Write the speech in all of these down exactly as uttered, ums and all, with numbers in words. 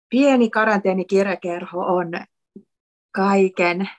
pieni karanteenikirjakerho on kaiken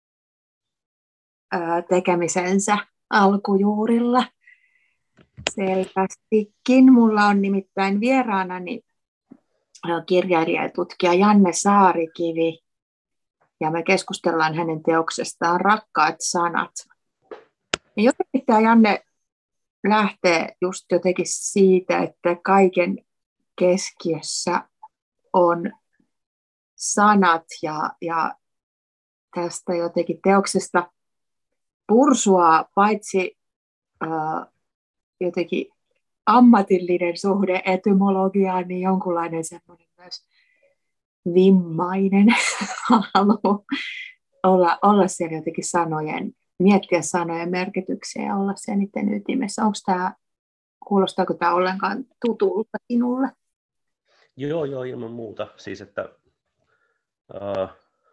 ää, tekemisensä alkujuurilla. Selvästikin. Mulla on nimittäin vieraanani kirjailija ja tutkija Janne Saarikivi, ja me keskustellaan hänen teoksestaan Rakkaat sanat. Ja jotenkin tämä Janne lähtee just jotenkin siitä, että kaiken keskiössä on sanat, ja, ja tästä jotenkin teoksesta pursuaa paitsi äh, jotenkin ammatillinen suhde etymologiaan, niin jonkunlainen semmoinen myös vimmainen halu olla, olla siellä jotenkin sanojen, miettiä sanojen merkityksiä ja olla siellä niiden ytimessä. Onko tämä, kuulostaako tämä ollenkaan tutulta sinulle? Joo, joo, ilman muuta. Siis, että, äh,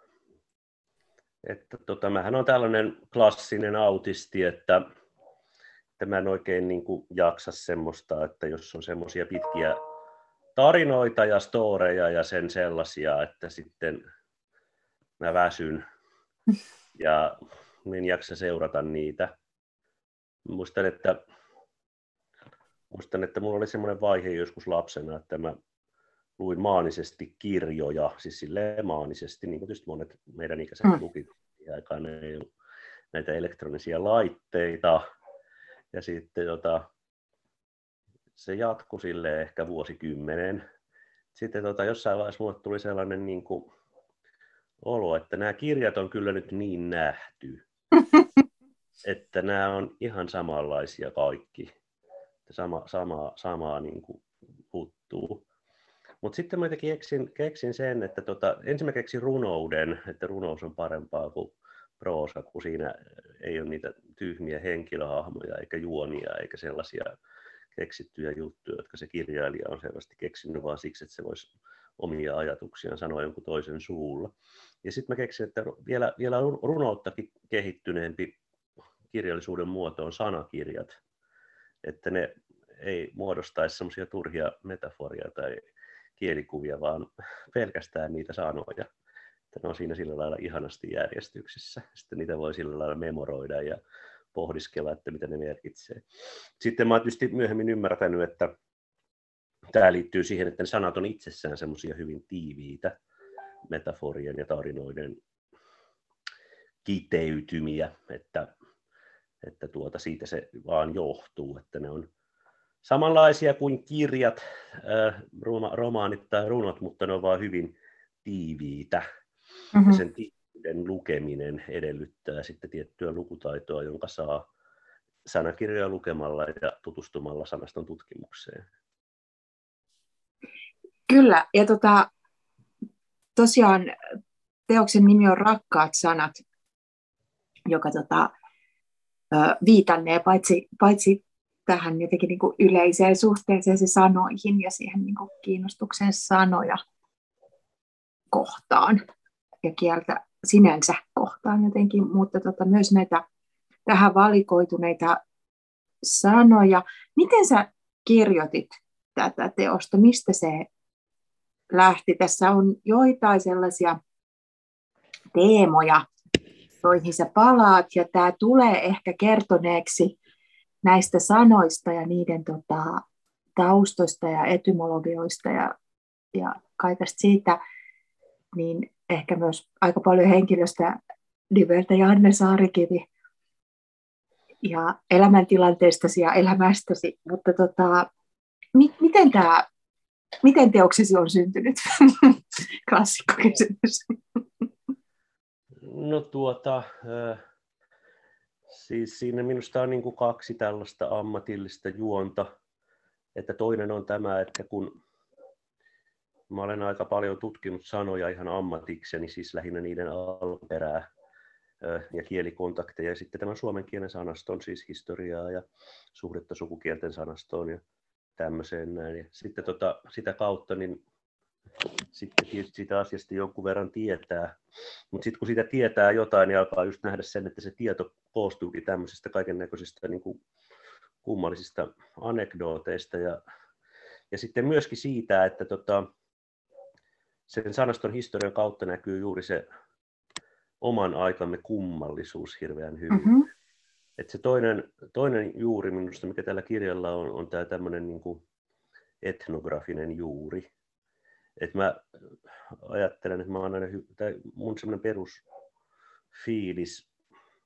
että tota, mähän on tällainen klassinen autisti, että, että mä en oikein niin kuin jaksa semmoista, että jos on semmoisia pitkiä tarinoita ja storeja ja sen sellaisia, että sitten mä väsyn ja en jaksa seurata niitä. Muistan, että, muistan, että mulla oli semmoinen vaihe joskus lapsena, että mä luin maanisesti kirjoja, siis silleen maanisesti, niin kuin tietysti monet meidän ikäiset mm. luki aikaan, ei ollut näitä elektronisia laitteita. Ja sitten tota, se jatkui silleen ehkä vuosikymmenen. Sitten tota, jossain vaiheessa mulle tuli sellainen niin kuin olo, että nämä kirjat on kyllä nyt niin nähty, että nämä on ihan samanlaisia kaikki. Sama, sama, samaa niin kuin puuttuu. Mutta sitten mä keksin, keksin sen, että tota, ensin mä keksin runouden, että runous on parempaa kuin proosa, kun siinä ei ole niitä tyhmiä henkilöhahmoja eikä juonia eikä sellaisia keksittyjä juttuja, jotka se kirjailija on selvästi keksinyt vaan siksi, että se voisi omia ajatuksiaan sanoa jonkun toisen suulla. Ja sitten mä keksin, että vielä, vielä runouttakin kehittyneempi kirjallisuuden muoto on sanakirjat, että ne ei muodostaisi semmoisia turhia metaforia tai kielikuvia, vaan pelkästään niitä sanoja. Että ne on siinä sillä lailla ihanasti järjestyksessä. Sitten niitä voi sillä lailla memoroida ja pohdiskella, että mitä ne merkitsee. Sitten mä oon tietysti myöhemmin ymmärtänyt, että tämä liittyy siihen, että ne sanat on itsessään semmoisia hyvin tiiviitä metaforien ja tarinoiden kiteytymiä, että, että tuota, siitä se vaan johtuu, että ne on samanlaisia kuin kirjat, äh, romaanit tai runot, mutta ne on vaan hyvin tiiviitä. Mm-hmm. Ja sen tiiviyden lukeminen edellyttää sitten tiettyä lukutaitoa, jonka saa sanakirjoja lukemalla ja tutustumalla sanaston tutkimukseen. Kyllä, ja tota, tosiaan teoksen nimi on Rakkaat sanat, joka tota, viitannee paitsi, paitsi tähän jotenkin niin kuin yleiseen suhteeseen se sanoihin ja siihen niin kuin kiinnostuksen sanoja kohtaan ja kieltä sinänsä kohtaan jotenkin, mutta tota, myös näitä tähän valikoituneita sanoja. Miten sä kirjoitit tätä teosta? Mistä se lähti? Tässä on joitain sellaisia teemoja, joihin sä palaat, ja tämä tulee ehkä kertoneeksi näistä sanoista ja niiden tota, taustoista ja etymologioista ja, ja kaikesta siitä, niin ehkä myös aika paljon henkilöstä nimeltä Janne Saarikivi ja elämäntilanteestasi ja elämästäsi, mutta tota, mi- miten, tää, miten teoksesi on syntynyt? Klassikkokysymys. No tuota, äh, siis siinä minusta on niin kuin kaksi tällaista ammatillista juonta, että toinen on tämä, että kun mä olen aika paljon tutkinut sanoja ihan ammatikseni, siis lähinnä niiden alkuperää ja kielikontakteja, ja sitten tämän suomen kielen sanaston, siis historiaa ja suhdetta sukukielten sanastoon ja tämmöiseen näin. Ja sitten tota, sitä kautta niin sitten tietysti sitä asiasta jonkun verran tietää, mutta sitten kun sitä tietää jotain, niin alkaa just nähdä sen, että se tieto koostuukin tämmöisistä kaikennäköisistä niin kuin kummallisista anekdooteista ja, ja sitten myöskin siitä, että tota, sen sanaston historian kautta näkyy juuri se oman aikamme kummallisuus hirveän hyvin. Mm-hmm. Et se toinen, toinen juuri minusta, mikä tällä kirjalla on, on tämä tämmöinen niin kuin etnografinen juuri. Et mä ajattelen, että mä oon aina, tai mun semmoinen perusfiilis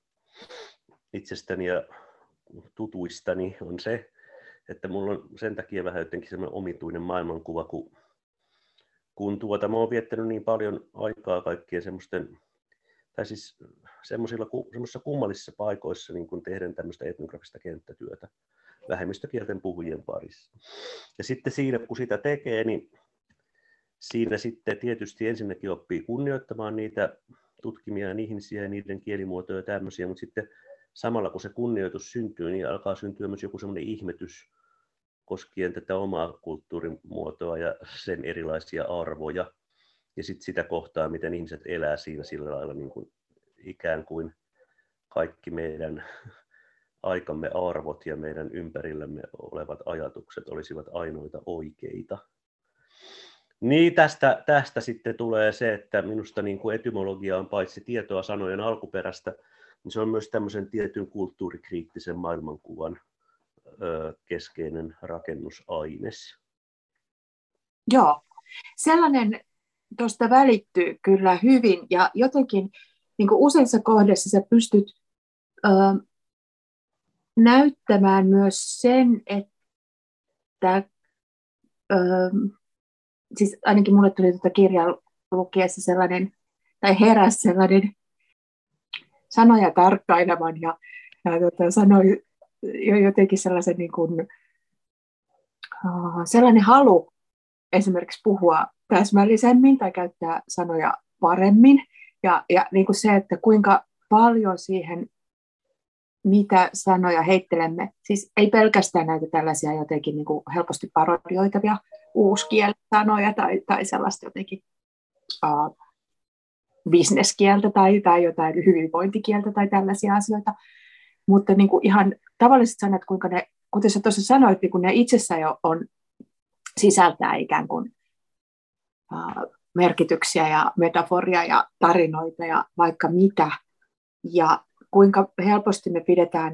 itsestäni ja tutuistani on se, että mulla on sen takia vähän jotenkin semmoinen omituinen maailmankuva, kun, kun tuota, mä oon viettänyt niin paljon aikaa kaikkien semmoisten, tai siis semmoisissa kummallisissa paikoissa niin kun tehdään tämmöistä etnografista kenttätyötä vähemmistökielten puhujien parissa. Ja sitten siinä, kun sitä tekee, niin siinä sitten tietysti ensinnäkin oppii kunnioittamaan niitä tutkimia ihmisiä ja niiden kielimuotoja ja tämmöisiä, mutta sitten samalla kun se kunnioitus syntyy, niin alkaa syntyä myös joku semmoinen ihmetys koskien tätä omaa kulttuurimuotoa ja sen erilaisia arvoja. Ja sitten sitä kohtaa, miten ihmiset elää siinä sillä lailla niin kuin ikään kuin kaikki meidän aikamme arvot ja meidän ympärillämme olevat ajatukset olisivat ainoita oikeita. Niin tästä, tästä sitten tulee se, että minusta niin kuin etymologia on paitsi tietoa sanojen alkuperästä, niin se on myös tämmöisen tietyn kulttuurikriittisen maailmankuvan ö, keskeinen rakennusaines. Joo, sellainen tuosta välittyy kyllä hyvin ja jotenkin niin kuin useissa kohdissa sä pystyt ö, näyttämään myös sen, että ö, siis ainakin mulle tuli tuota kirjaa lukiessa sellainen, tai heräsi sellainen sanoja tarkkailevan ja, ja tota, sanoi jotenkin sellaisen niin kuin, uh, sellainen halu esimerkiksi puhua täsmällisemmin tai käyttää sanoja paremmin. Ja, ja niin kuin se, että kuinka paljon siihen, mitä sanoja heittelemme, siis ei pelkästään näitä tällaisia jotenkin niin kuin helposti parodioitavia uuskielsanoja tai, tai sellaista jotenkin uh, bisneskieltä tai, tai jotain hyvinvointikieltä tai tällaisia asioita, mutta niin kuin ihan tavalliset sanat, kuinka ne, kuten sä tuossa sanoit, niin kun ne itsessään jo on, sisältää ikään kuin uh, merkityksiä ja metaforia ja tarinoita ja vaikka mitä, ja kuinka helposti me pidetään,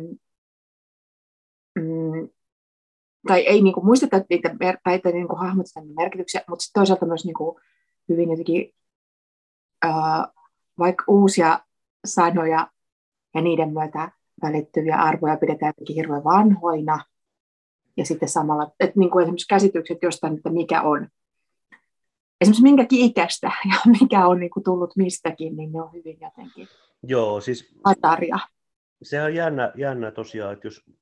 mm, tai ei niin kuin muisteta niitä, tai niin kuin hahmoteta niitä merkityksiä, mutta toisaalta myös niin kuin hyvin jotenkin uh, vaikka uusia sanoja ja niiden myötä välittyviä arvoja pidetään jotenkin hirveän vanhoina, ja sitten samalla, että niin kuin esimerkiksi käsitykset jostain, että mikä on, esimerkiksi minkäkin ikäistä ja mikä on niin kuin tullut mistäkin, niin ne on hyvin jotenkin Joo, siis hataria. Se on jännä, jännä tosiaan, että jos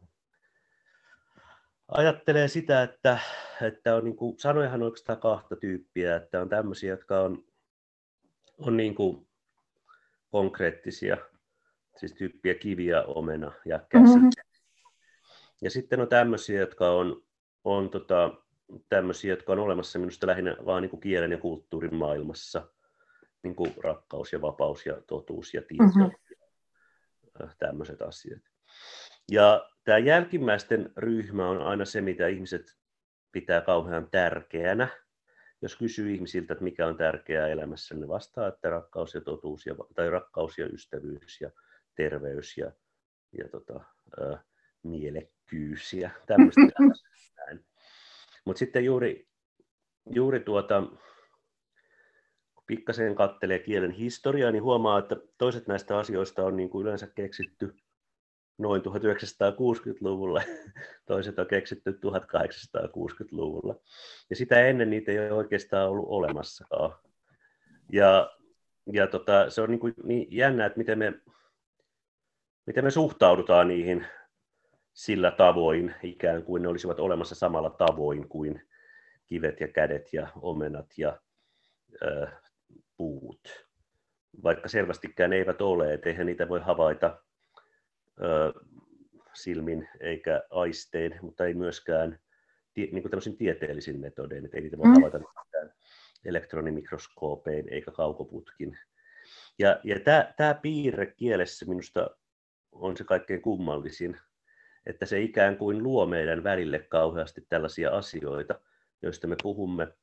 ajattelee sitä, että, että on niin kuin, sanojahan on oikeastaan kahta tyyppiä, että on tämmöisiä, jotka on, on niin kuin konkreettisia, siis tyyppiä kivi ja omena ja käsi. Mm-hmm. Ja sitten on tämmöisiä, jotka on, on tota, tämmöisiä, jotka on olemassa minusta lähinnä vaan niin kuin kielen ja kulttuurin maailmassa, niin kuin rakkaus ja vapaus ja totuus ja tieto. Mm-hmm. Tämmöiset asiat. Ja tämä jälkimmäisten ryhmä on aina se, mitä ihmiset pitää kauhean tärkeänä. Jos kysyy ihmisiltä, että mikä on tärkeää elämässä, ne vastaa, että rakkaus ja totuus, ja, tai rakkaus ja ystävyys ja terveys ja, ja tota, ä, mielekkyys ja tämmöistä. Mutta sitten juuri, juuri tuota, kun pikkasen katselee kielen historiaa, niin huomaa, että toiset näistä asioista on niin kuin yleensä keksitty noin tuhatyhdeksänsataakuusikymmentäluvulla, toiset on keksitty tuhatkahdeksansataakuusikymmentäluvulla. Ja sitä ennen niitä ei ole oikeastaan ollut olemassakaan. Ja, ja tota, se on niin kuin niin jännä, että miten me, miten me suhtaudutaan niihin sillä tavoin, ikään kuin ne olisivat olemassa samalla tavoin kuin kivet ja kädet ja omenat ja ö, puut. Vaikka selvästikään ne eivät ole, et eihän niitä voi havaita ö, silmin eikä aistein, mutta ei myöskään tie, niin kuin tämmöisin tieteellisin metodein, että ei niitä voi havaita mitään elektronimikroskoopein eikä kaukoputkin. Ja, ja tämä piirre kielessä minusta on se kaikkein kummallisin, että se ikään kuin luo meidän välille kauheasti tällaisia asioita, joista me puhumme,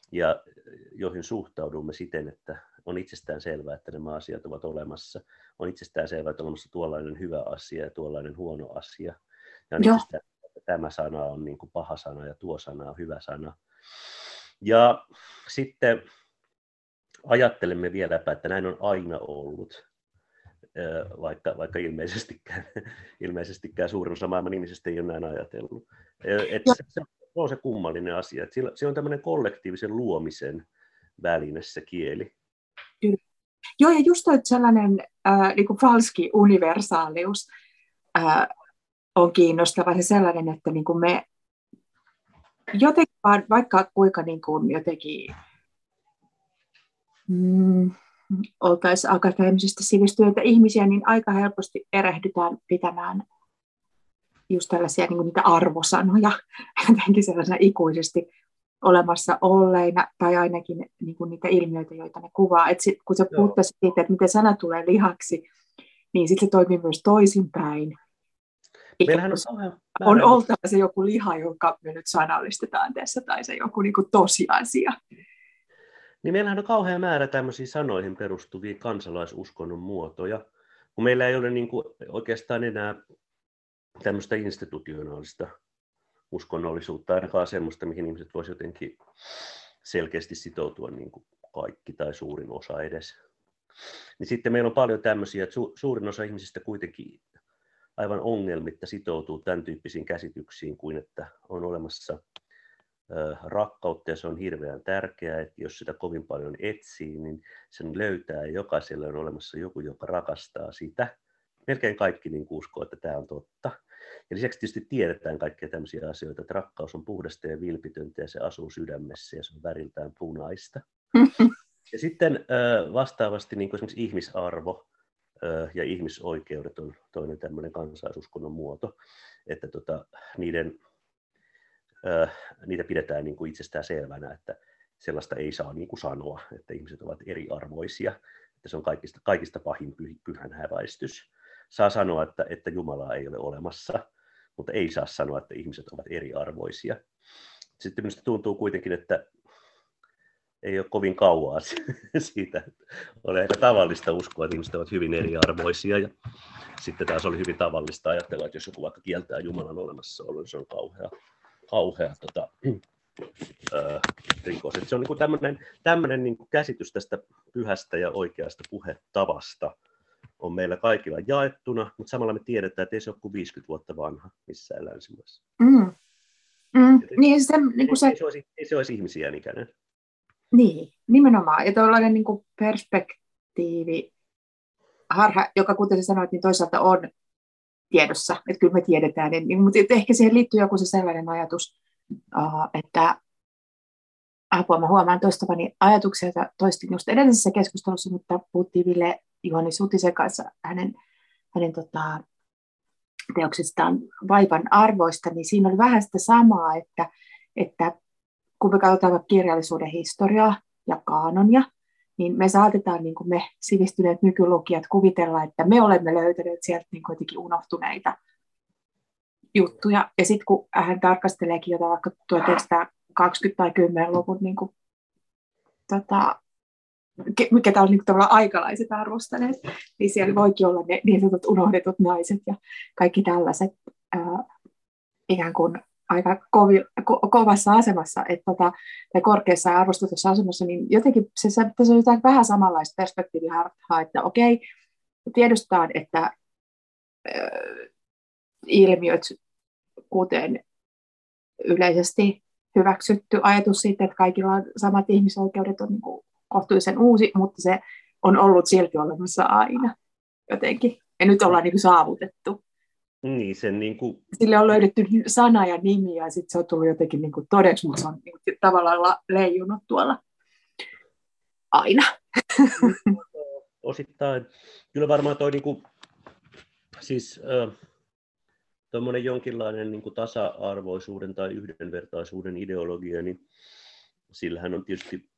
ja joihin suhtaudumme siten, että on itsestään selvää, että nämä asiat ovat olemassa. On itsestään selvää, että on olemassa tuollainen hyvä asia ja tuollainen huono asia. Ja on itsestään selvää, että tämä sana on niin kuin paha sana ja tuo sana on hyvä sana. Ja sitten ajattelemme vieläpä, että näin on aina ollut, vaikka, vaikka ilmeisestikään, ilmeisestikään suurin osa maailman ihmisistä ei ole näin ajatellut. Että se on se kummallinen asia, että se on tämmöinen kollektiivisen luomisen väline se kieli. Kyllä. Joo, ja just toi sellainen äh, niin kuin falski universaalius äh, on kiinnostava se sellainen, että niin kuin me jotenkin, vaikka kuinka niin kuin jotenkin mm, oltaisiin akateemisesti sivistyneitä ihmisiä, niin aika helposti erehdytään pitämään just tällaisia niin kuin niitä arvosanoja jotenkin sellaisena ikuisesti olemassa olleina, tai ainakin niin kuin niitä ilmiöitä, joita ne kuvaa. Et sit, kun sä puhuttaisiin siitä, että miten sana tulee lihaksi, niin sitten se toimii myös toisinpäin. Meillähän on, on oltava se joku liha, jonka me nyt sanallistetaan tässä, tai se joku niin kuin tosiasia. Niin meillähän on kauhea määrä tämmöisiä sanoihin perustuvia kansalaisuskonnon muotoja, kun meillä ei ole niin kuin oikeastaan enää tämmöistä institutionaalista uskonnollisuutta, ainakaan semmoista, mihin ihmiset voisivat jotenkin selkeästi sitoutua niin kuin kaikki tai suurin osa edes. Niin sitten meillä on paljon tämmöisiä, että su- suurin osa ihmisistä kuitenkin aivan ongelmitta sitoutuu tämän tyyppisiin käsityksiin kuin että on olemassa rakkautta ja se on hirveän tärkeää, että jos sitä kovin paljon etsii, niin sen löytää ja jokaisella on olemassa joku, joka rakastaa sitä. Melkein kaikki niin uskoo, että tämä on totta. Ja lisäksi tietysti tiedetään kaikkia tämmöisiä asioita, että rakkaus on puhdasta ja vilpitöntä ja se asuu sydämessä ja se on väriltään punaista. Ja sitten vastaavasti niin kuin esimerkiksi ihmisarvo ja ihmisoikeudet on toinen tämmöinen kansalaisuskonnon muoto, että tota, niiden niitä pidetään niin kuin itsestään selvänä, että sellaista ei saa niin kuin sanoa, että ihmiset ovat eriarvoisia, että se on kaikista, kaikista pahin pyhän häväistys. Saa sanoa, että, että Jumalaa ei ole olemassa, mutta ei saa sanoa, että ihmiset ovat eriarvoisia. Sitten minusta tuntuu kuitenkin, että ei ole kovin kauaa siitä, että on aika tavallista uskoa, että ihmiset ovat hyvin eriarvoisia. Ja sitten taas oli hyvin tavallista ajatella, että jos joku vaikka kieltää Jumalan olemassaolon, niin se on kauhea. kauhea tota, ää, rikos. Et se on niinku tämmöinen, tämmöinen niinku käsitys tästä pyhästä ja oikeasta puhetavasta on meillä kaikilla jaettuna, mutta samalla me tiedetään, että ei se ole kuin viisikymmentä vuotta vanha missään länsimaissa. Mm. Mm. Niin, se, niin se... Ei, se olisi, ei se olisi ihmisiä ikäinen. Niin, nimenomaan. Ja tuollainen niin kuin perspektiivi, harha, joka kuten sanoit, niin toisaalta on tiedossa, että kyllä me tiedetään, niin, mutta ehkä siihen liittyy joku se sellainen ajatus, että apua, mä huomaan toistavani ajatuksia, joita toistin just edellisessä keskustelussa, mutta puhuttiin Ville Juhani Sutisen kanssa hänen, hänen tota, teoksistaan Vaivan arvoista, niin siinä oli vähän sitä samaa, että, että kun me katsotaan kirjallisuuden historiaa ja kaanonia, niin me saatetaan, niin kuin me sivistyneet nykylukijat, kuvitella, että me olemme löytäneet sieltä niin kuitenkin unohtuneita juttuja. Ja sitten kun hän tarkasteleekin jotain vaikka tuhatyhdeksänsataakaksikymmentä- tai kymmenluvun, niin kuin, tota, mikä tämä on niin tavallaan aikalaiset arvostaneet, niin siellä voikin olla ne niin sanotut unohdetut naiset ja kaikki tällaiset ää, ikään kuin aika kovi, ko, kovassa asemassa, että tota, tai korkeassa ja arvostetussa asemassa, niin jotenkin se, se, se on jotain vähän samanlaista perspektiiviharhaa, että okei, tiedostetaan, että äh, ilmiöt, kuten yleisesti hyväksytty ajatus siitä, että kaikilla on samat ihmisoikeudet, on niin kuin kohtuullisen uusi, mutta se on ollut silti olemassa aina jotenkin, ja nyt ollaan niin kuin saavutettu. Niin, sen niin kuin... Sille on löydetty sana ja nimi, ja sitten se on tullut jotenkin niin kuin todeksi, mutta se on niin kuin tavallaan leijunut tuolla aina. Osittain. Kyllä varmaan toi niin kuin, siis äh, tuommoinen jonkinlainen niin kuin tasa-arvoisuuden tai yhdenvertaisuuden ideologia, niin sillähän on tietysti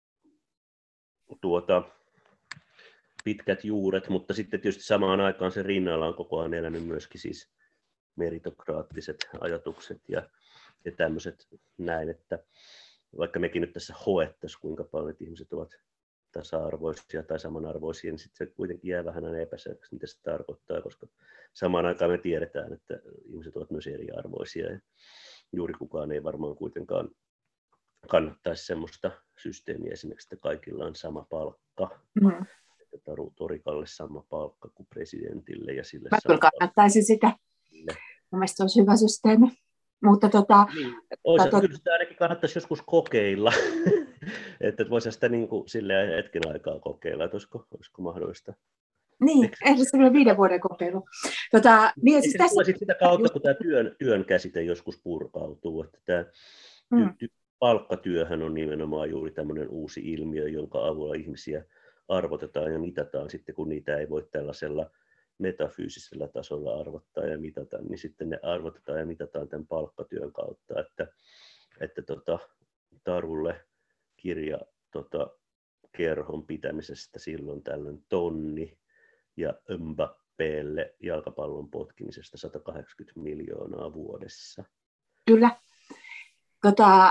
tuota, pitkät juuret, mutta sitten tietysti samaan aikaan sen rinnalla on koko ajan elänyt myöskin siis meritokraattiset ajatukset ja, ja tämmöiset näin, että vaikka mekin nyt tässä hoettaisiin, kuinka paljon ihmiset ovat tasa-arvoisia tai samanarvoisia, niin sitten se kuitenkin jää vähän epäselväksi, mitä se tarkoittaa, koska samaan aikaan me tiedetään, että ihmiset ovat myös eriarvoisia ja juuri kukaan ei varmaan kuitenkaan kannattaisi semmoista systeemiä esimerkiksi, että kaikilla on sama palkka, mm. että Torikalle sama palkka kuin presidentille ja sille Mä kyllä kannattaisin sitä. Mielestäni se olisi hyvä systeemi. Mutta tota, niin, olisi, tota... Kyllä sitä ainakin kannattaisi joskus kokeilla, että voisi sitä niin kuin silleen hetken aikaa kokeilla, että olisiko, olisiko mahdollista. Niin, ehkä se on viiden vuoden kokeilu. Tota, niin, siis se tässä... tulee sitä kautta, kun tämä työn, työn käsite joskus purkautuu, että tämä mm. ty, ty, palkkatyöhän on nimenomaan juuri tämmöinen uusi ilmiö, jonka avulla ihmisiä arvotetaan ja mitataan sitten, kun niitä ei voi tällaisella metafyysisellä tasolla arvottaa ja mitata, niin sitten ne arvotetaan ja mitataan tämän palkkatyön kautta, että, että tota, Tarulle kirja tota, kerhon pitämisestä silloin tällöin tonni ja Mbappélle jalkapallon potkimisesta sata kahdeksankymmentä miljoonaa vuodessa. Kyllä. Tota,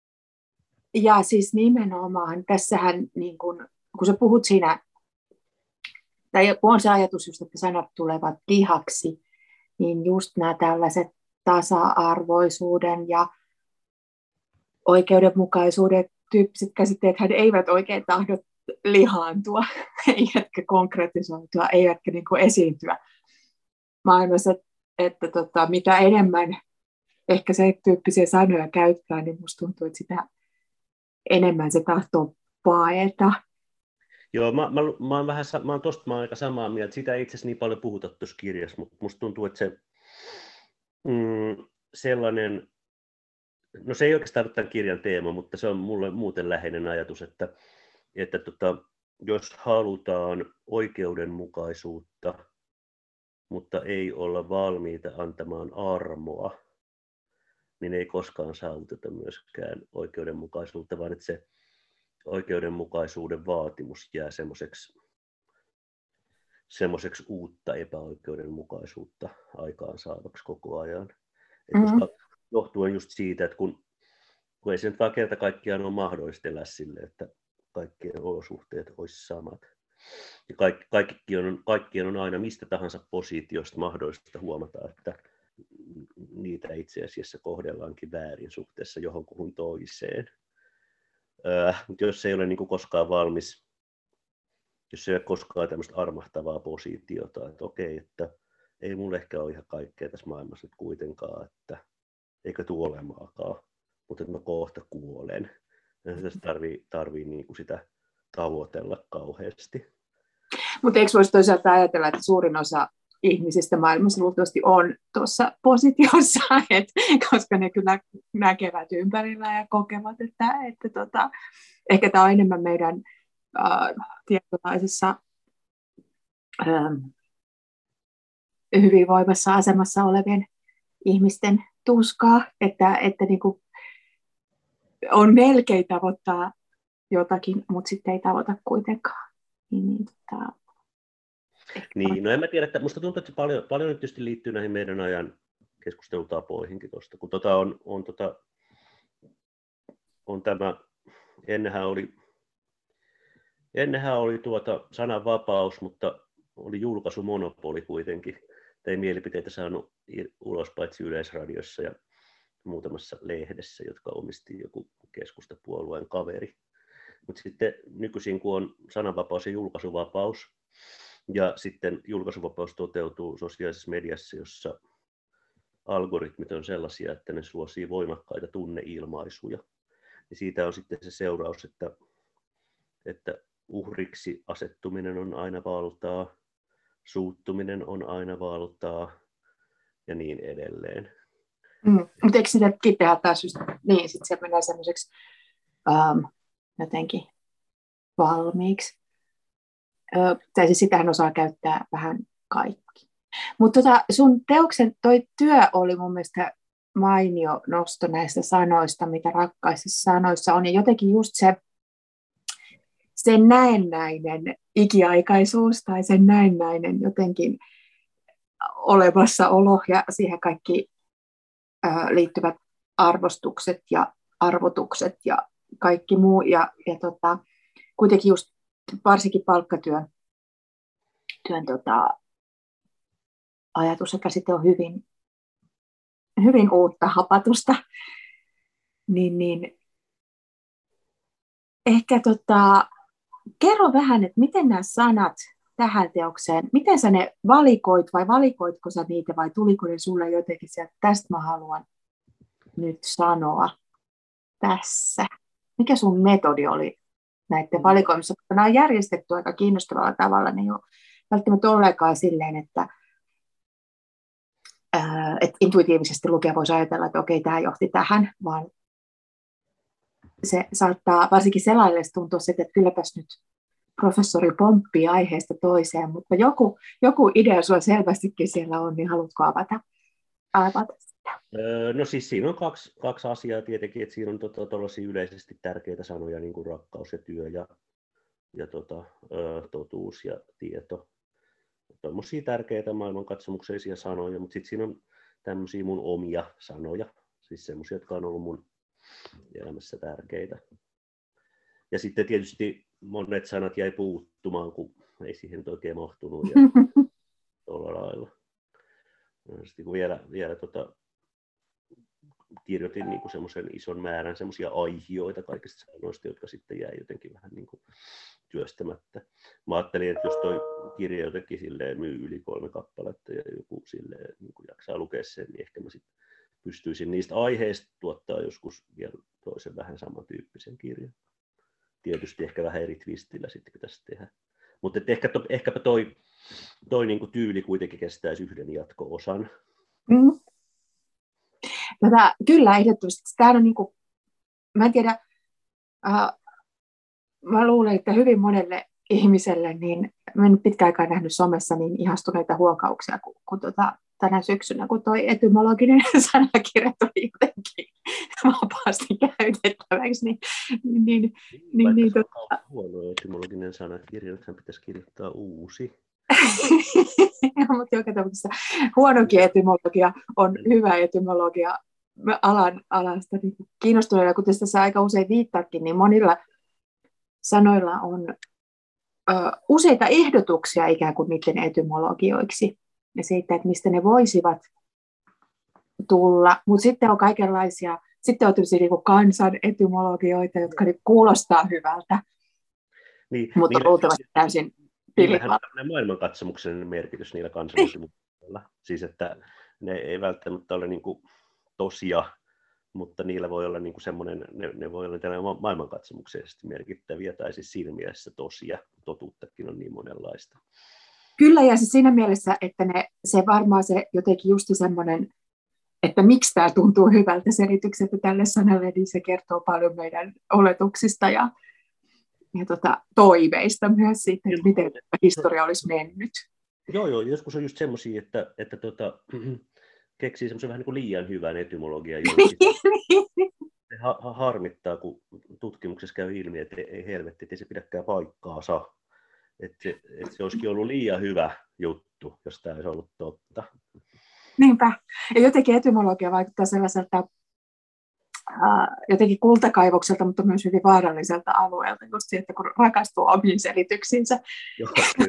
ja siis nimenomaan tässähän, niin kun, kun sä puhut siinä, tai kun on se ajatus just, että sanat tulevat lihaksi, niin just nämä tällaiset tasa-arvoisuuden ja oikeudenmukaisuuden tyyppiset käsitteethän eivät oikein tahdo lihaantua, eivätkä konkretisoitua, eivätkä niin kuin esiintyä maailmassa, että, että tota, mitä enemmän ehkä se tyyppisiä sanoja käyttää, niin musta tuntuu, että sitä enemmän se tahtoo paeta. Joo, mä, mä, mä oon vähän, mä oon tosta mä oon aika samaa mieltä. Sitä ei itse asiassa niin paljon puhuta tuossa kirjassa, mutta musta tuntuu, että se mm, sellainen, no se ei oikeastaan ole tämän kirjan teema, mutta se on mulle muuten läheinen ajatus, että, että tota, jos halutaan oikeudenmukaisuutta, mutta ei olla valmiita antamaan armoa, niin ei koskaan saavuteta myöskään oikeudenmukaisuutta, vaan että se oikeudenmukaisuuden vaatimus jää semmoiseksi, semmoiseksi uutta epäoikeudenmukaisuutta aikaansaavaksi koko ajan. Mm-hmm. Koska johtuen just siitä, että kun, kun ei se nyt vaan kerta kaikkiaan ole mahdollista elää sille, että kaikkien olosuhteet olisi samat. Ja kaikki, kaikkien, on, kaikkien on aina mistä tahansa positiosta mahdollista huomata, että niitä itse asiassa kohdellaankin väärin suhteessa johonkuhun toiseen. Äh, mutta jos ei ole niin kuin koskaan valmis, jos ei ole koskaan tämmöistä armahtavaa positiota, että okei, että ei mulla ehkä ole ihan kaikkea tässä maailmassa nyt kuitenkaan, että eikä tuo olemaakaan, mutta että mä kohta kuolen. Ja sitä tarvii, tarvii niin kuin sitä tavoitella kauheasti. Mutta eikö voisi toisaalta ajatella, että suurin osa ihmisistä maailmassa luultavasti on tuossa positiossa, et, koska ne kyllä näkevät ympärillä ja kokevat, että, että tota, ehkä tämä on enemmän meidän äh, tietynlaisessa äh, hyvinvoivassa asemassa olevien ihmisten tuskaa, että, että niinku on melkein tavoittaa jotakin, mutta sitten ei tavoita kuitenkaan. Niin, niin, tota, Niin, no en mä tiedä, että musta tuntuu, että paljon, paljon nyt tietysti liittyy näihin meidän ajan keskustelutapoihinkin tuosta, kun tota on, on, tota, on tämä, ennenhän oli, ennenhän oli tuota sananvapaus, mutta oli julkaisumonopoli kuitenkin, ei mielipiteitä saanut ulos paitsi Yleisradiossa ja muutamassa lehdessä, jotka omisti joku keskustapuolueen kaveri. Mutta sitten nykyisin, kun on sananvapaus ja julkaisuvapaus, ja sitten julkaisuvapaus toteutuu sosiaalisessa mediassa, jossa algoritmit on sellaisia, että ne suosii voimakkaita tunneilmaisuja. Ja siitä on sitten se seuraus, että, että uhriksi asettuminen on aina valtaa, suuttuminen on aina valtaa ja niin edelleen. Mm, mutta eikö sitäkin tehdä taas just niin, sitten se menee semmoiseksi um, jotenkin valmiiksi. Ö, tai siis sitähän osaa käyttää vähän kaikki. Mutta tota, sun teoksen toi työ oli mun mielestä mainio nosto näistä sanoista, mitä rakkaissa sanoissa on. Ja jotenkin just se, se näennäinen ikiaikaisuus tai se näennäinen jotenkin olemassaolo ja siihen kaikki ö, liittyvät arvostukset ja arvotukset ja kaikki muu. Ja, ja tota, kuitenkin just varsinkin palkkatyön työn, tota, ajatus ja käsite on hyvin, hyvin uutta hapatusta. Niin, niin ehkä tota, kerro vähän, että miten nämä sanat tähän teokseen, miten sä ne valikoit vai valikoitko sä niitä vai tuliko ne sulle jotenkin sieltä, tästä mä haluan nyt sanoa tässä. Mikä sun metodi oli näiden valikoimissa? Nämä on järjestetty aika kiinnostavalla tavalla, niin ei ole välttämättä ollenkaan silleen, että, ää, että intuitiivisesti lukija voisi ajatella, että okei, tämä johti tähän, vaan se saattaa varsinkin selaillessa tuntua sitä, että kylläpäs nyt professori pomppii aiheesta toiseen, mutta joku, joku idea sulla selvästikin siellä on, niin haluatko avata, avata sitä? No siis siinä on kaksi, kaksi asiaa tietenkin, että siinä on tuollaisia tota, yleisesti tärkeitä sanoja, niin kuin rakkaus ja työ ja, ja tota, totuus ja tieto. Tuommoisia tärkeitä maailmankatsomuksellisia sanoja, mutta sitten siinä on tämmöisiä mun omia sanoja, siis semmoisia, jotka on ollut mun elämässä tärkeitä. Ja sitten tietysti monet sanat jäi puuttumaan, kun ei siihen nyt oikein mahtunut ja tuolla lailla. Sitten kun vielä, vielä tota, kirjoitin niin semmoisen ison määrän semmoisia aihioita kaikista sanoista, jotka sitten jäi jotenkin vähän niin kuin työstämättä. Mä ajattelin, että jos toi kirja jotenkin silleen myy yli kolme kappaletta ja joku silleen niin kuin jaksaa lukea sen, niin ehkä mä sitten pystyisin niistä aiheista tuottaa joskus vielä toisen vähän samantyyppisen kirjan. Tietysti ehkä vähän eri twistillä sitten, kun tässä tehdään. Mutta ehkä to, ehkäpä toi, toi niinku tyyli kuitenkin kestäisi yhden jatko-osan. Mm. Tätä, kyllä, ehdottomasti. Tämä on niin kuin, mä en tiedä, äh, mä luulen, että hyvin monelle ihmiselle, niin mä en nyt pitkään aikaa nähnyt somessa niin ihastuneita huokauksia kuin, kuin tuota, tänä syksynä, kun toi etymologinen sanakirja tuli jotenkin vapaasti käytettäväksi. Niin, niin, niin, niin, niin, tuota... huono etymologinen sanakirja, nythän pitäisi kirjoittaa uusi. Mutta joka tapauksessa huonokin etymologia on hyvä etymologia alan, alasta niin kiinnostuneena, kuten tässä aika usein viittaatkin, niin monilla sanoilla on ö, useita ehdotuksia ikään kuin niiden etymologioiksi ja siitä, että mistä ne voisivat tulla, mutta sitten on kaikenlaisia, sitten on tämmöisiä niin kuin kansan etymologioita, jotka niin kuulostaa hyvältä, niin, mutta niillä, luultavasti täysin niillähän on tämmöinen maailmankatsomuksellinen merkitys niillä kansallisuudella. Siis että ne ei välttämättä ole niin kuin tosia, mutta niillä voi olla niin kuin semmoinen, ne, ne voi olla maailmankatsomuksellisesti merkittäviä tai siis siinä mielessä tosia. Totuuttakin on niin monenlaista. Kyllä, ja siis siinä mielessä, että ne, se varmaan se jotenkin justi semmoinen, että miksi tämä tuntuu hyvältä selitykseltä tälle sanalle, niin se kertoo paljon meidän oletuksista ja ja tota, toiveista myös siitä, että miten historia olisi mennyt. Joo, joo, joskus on just semmoisia, että, että tota, keksii semmoisen vähän niin kuin liian hyvän etymologian. Se ha- harmittaa, kun tutkimuksessa käy ilmi, että ei helvetti, että ei se pidäkään paikkaansa. Että se, että se olisikin ollut liian hyvä juttu, jos tämä olisi ollut totta. Niinpä. Ja jotenkin etymologia vaikuttaa sellaiselta jotenkin kultakaivokselta, mutta myös hyvin vaaralliselta alueelta, just siitä, kun rakastuu omiin selityksiinsä. Joo,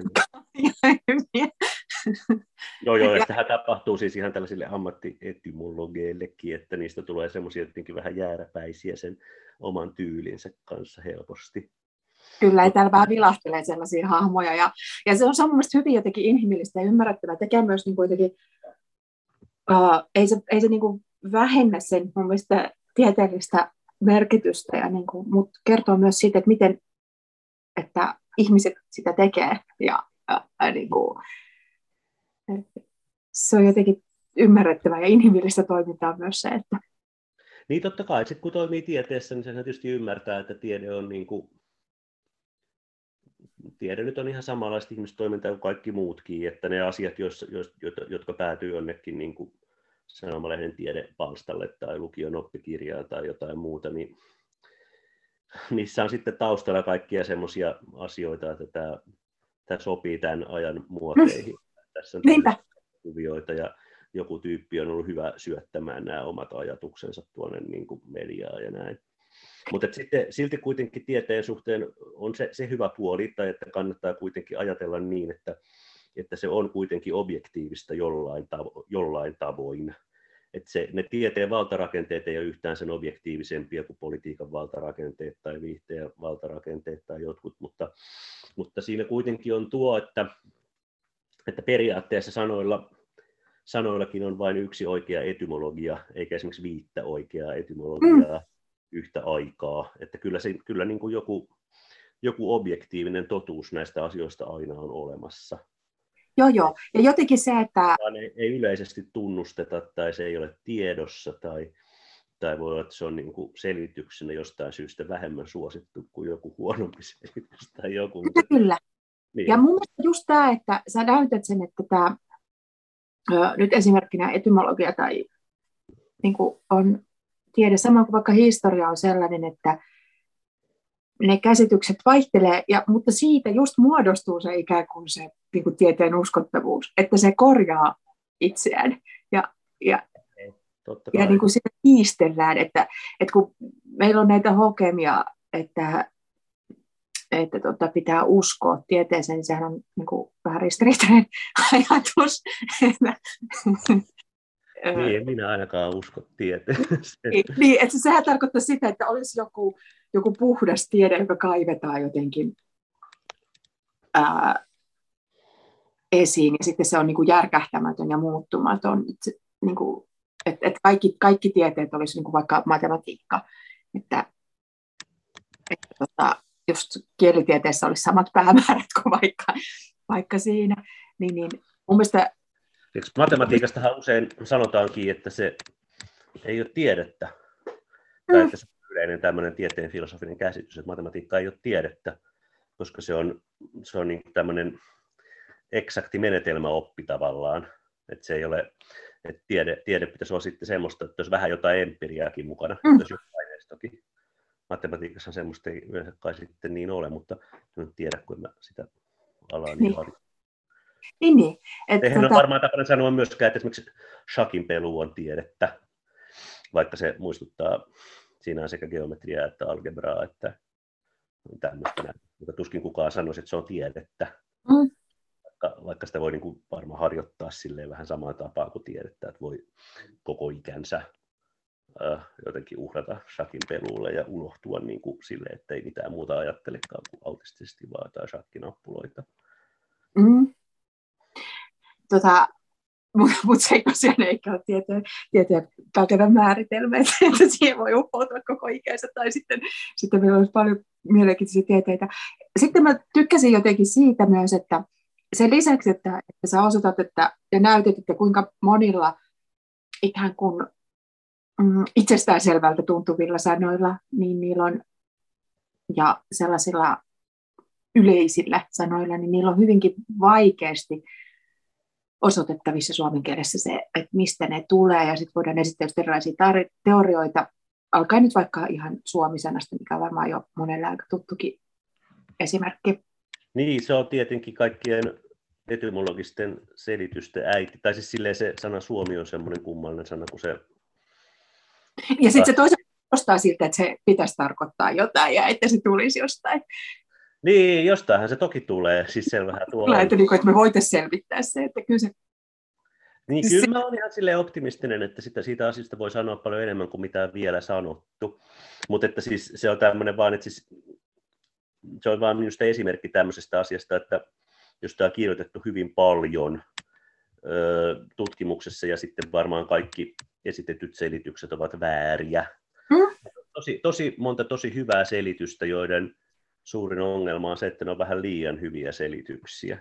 joo, joo, ja tähän tapahtuu siis ihan tällaisille ammattietymologeillekin, että niistä tulee semmoisia jotenkin vähän jääräpäisiä sen oman tyylinsä kanssa helposti. Kyllä, ja täällä vähän vilahtelee sellaisia hahmoja, ja, ja se on mun mielestä hyvin jotenkin inhimillistä ja ymmärrettävää, tekee myös niin kuin jotenkin, uh, ei se, ei se niin kuin vähennä sen mun mielestä tieteellistä merkitystä, ja niin kuin, mutta kertoo myös siitä, että miten että ihmiset sitä tekee. Ja, ja, niin kuin, se on jotenkin ymmärrettävää ja inhimillistä toimintaa myös se. Että... Niin totta kai, sitten kun toimii tieteessä, niin sehän tietysti ymmärtää, että tiede on niin kuin... tiede nyt on ihan samanlaista ihmistoimintaa kuin kaikki muutkin, että ne asiat, joissa, jotka päätyy jonnekin niin kuin sanomalehden tiedepalstalle tai lukion oppikirjaan tai jotain muuta, niin niissä on sitten taustalla kaikkia semmoisia asioita, että tämä, tämä sopii tämän ajan muoteihin. Tässä on kuvioita ja joku tyyppi on ollut hyvä syöttämään nämä omat ajatuksensa tuonne niin kuin mediaan ja näin. Mutta sitten silti kuitenkin tieteen suhteen on se, se hyvä puoli, tai että kannattaa kuitenkin ajatella niin, että, että se on kuitenkin objektiivista jollain, tavo, jollain tavoin. Että se, ne tieteen valtarakenteet ei ole yhtään sen objektiivisempia kuin politiikan valtarakenteet tai viihteen valtarakenteet tai jotkut, mutta, mutta siinä kuitenkin on tuo, että, että periaatteessa sanoilla, sanoillakin on vain yksi oikea etymologia, eikä esimerkiksi viittä oikeaa etymologiaa mm. yhtä aikaa. Että kyllä, se, kyllä niin kuin joku, joku objektiivinen totuus näistä asioista aina on olemassa. Joo, joo. Ja jotenkin se, että... Ei, ei yleisesti tunnusteta tai se ei ole tiedossa tai, tai voi olla, että se on niin kuin selityksenä jostain syystä vähemmän suosittu kuin joku huonompi selitys tai joku. Kyllä, kyllä. Niin. Ja mun mielestä just tämä, että sä näytät sen, että tämä nyt esimerkkinä etymologia tai niin kuin on tiede, sama kuin vaikka historia on sellainen, että ne käsitykset vaihtelee, ja, mutta siitä just muodostuu se ikään kuin se niin kuin tieteen uskottavuus, että se korjaa itseään. Ja, ja, ja niin kuin sitä kiistellään, että, että kun meillä on näitä hokemia, että, että tota, pitää uskoa tieteeseen, niin sehän on niin kuin vähän ristiriitainen ajatus. Niin, en minä ainakaan usko tieteeseen. Niin, että sehän tarkoittaa sitä, että olisi joku, joku puhdas tiede, joka kaivetaan jotenkin ää, esiin, ja sitten se on niin kuin järkähtämätön ja muuttumaton. Että, niin kuin, että, että kaikki, kaikki tieteet olisi niin kuin vaikka matematiikka, että, että tota, just kielitieteessä olisi samat päämäärät kuin vaikka, vaikka siinä, niin, niin mun mielestä matematiikastahan usein sanotaankin, että se ei ole tiedettä, tai että se on yleinen tämmöinen tieteen filosofinen käsitys, että matematiikka ei ole tiedettä, koska se on, se on niin tämmöinen eksakti menetelmäoppi tavallaan, että se ei ole, että tiede, tiede pitäisi olla sitten semmoista, että olisi vähän jotain empiriaakin mukana, mm. jos joku aineistokin. Matematiikassa semmoista ei yleensä kai sitten niin ole, mutta en tiedä, kun mä sitä alaa niin harjoittaa. Niin, niin. Eihän tota... ole varmaan tapana sanoa myöskään, että esimerkiksi shakin pelu on tiedettä, vaikka se muistuttaa, siinä on sekä geometriaa että algebraa, että tämmöistä, mutta tuskin kukaan sanoisi, että se on tiedettä, mm. vaikka, vaikka sitä voi niin kuin varmaan harjoittaa silleen vähän samaan tapaan kuin tiedettä, että voi koko ikänsä äh, jotenkin uhrata shakin peluulle ja unohtua niin kuin silleen, että ei mitään muuta ajattelekaan kuin autistisesti vaan tai shakkinappuloita. Mm. Tota, mutta mut se ei tosiaan eikä ole tieteen, tieteen pätevä määritelmä, että siihen voi uppoutua koko ikänsä, tai sitten, sitten meillä olisi paljon mielenkiintoisia tieteitä. Sitten mä tykkäsin jotenkin siitä myös, että sen lisäksi, että, että sä osoitat että, ja näytät, että kuinka monilla ikään kuin mm, itsestäänselvältä tuntuvilla sanoilla, niin niillä on, ja sellaisilla yleisillä sanoilla, niin niillä on hyvinkin vaikeasti osoitettavissa suomen kielessä se, että mistä ne tulee, ja sitten voidaan esittää erilaisia tar- teorioita, alkaen nyt vaikka ihan suomisanasta, mikä on varmaan jo monelle aika tuttukin esimerkki. Niin, se on tietenkin kaikkien etymologisten selitysten äiti, tai siis silleen se sana suomi on semmoinen kummallinen sana, kun se... Ja sitten se toisaalta ostaa siltä, että se pitäisi tarkoittaa jotain, ja että se tulisi jostain. Niin, jostainhan se toki tulee. Siis selvähän tuo tulee, että, että me voitaisiin selvittää se, että kyllä se... Niin, kyllä mä olen ihan silleen optimistinen, että sitä, siitä asiasta voi sanoa paljon enemmän kuin mitä on vielä sanottu. Mutta että siis se on tämmöinen vaan, että siis se on vaan minusta esimerkki tämmöisestä asiasta, että jos tämä on kirjoitettu hyvin paljon ö, tutkimuksessa ja sitten varmaan kaikki esitetyt selitykset ovat vääriä. Hmm? Tosi, tosi monta tosi hyvää selitystä, joiden suurin ongelma on se, että ne on vähän liian hyviä selityksiä.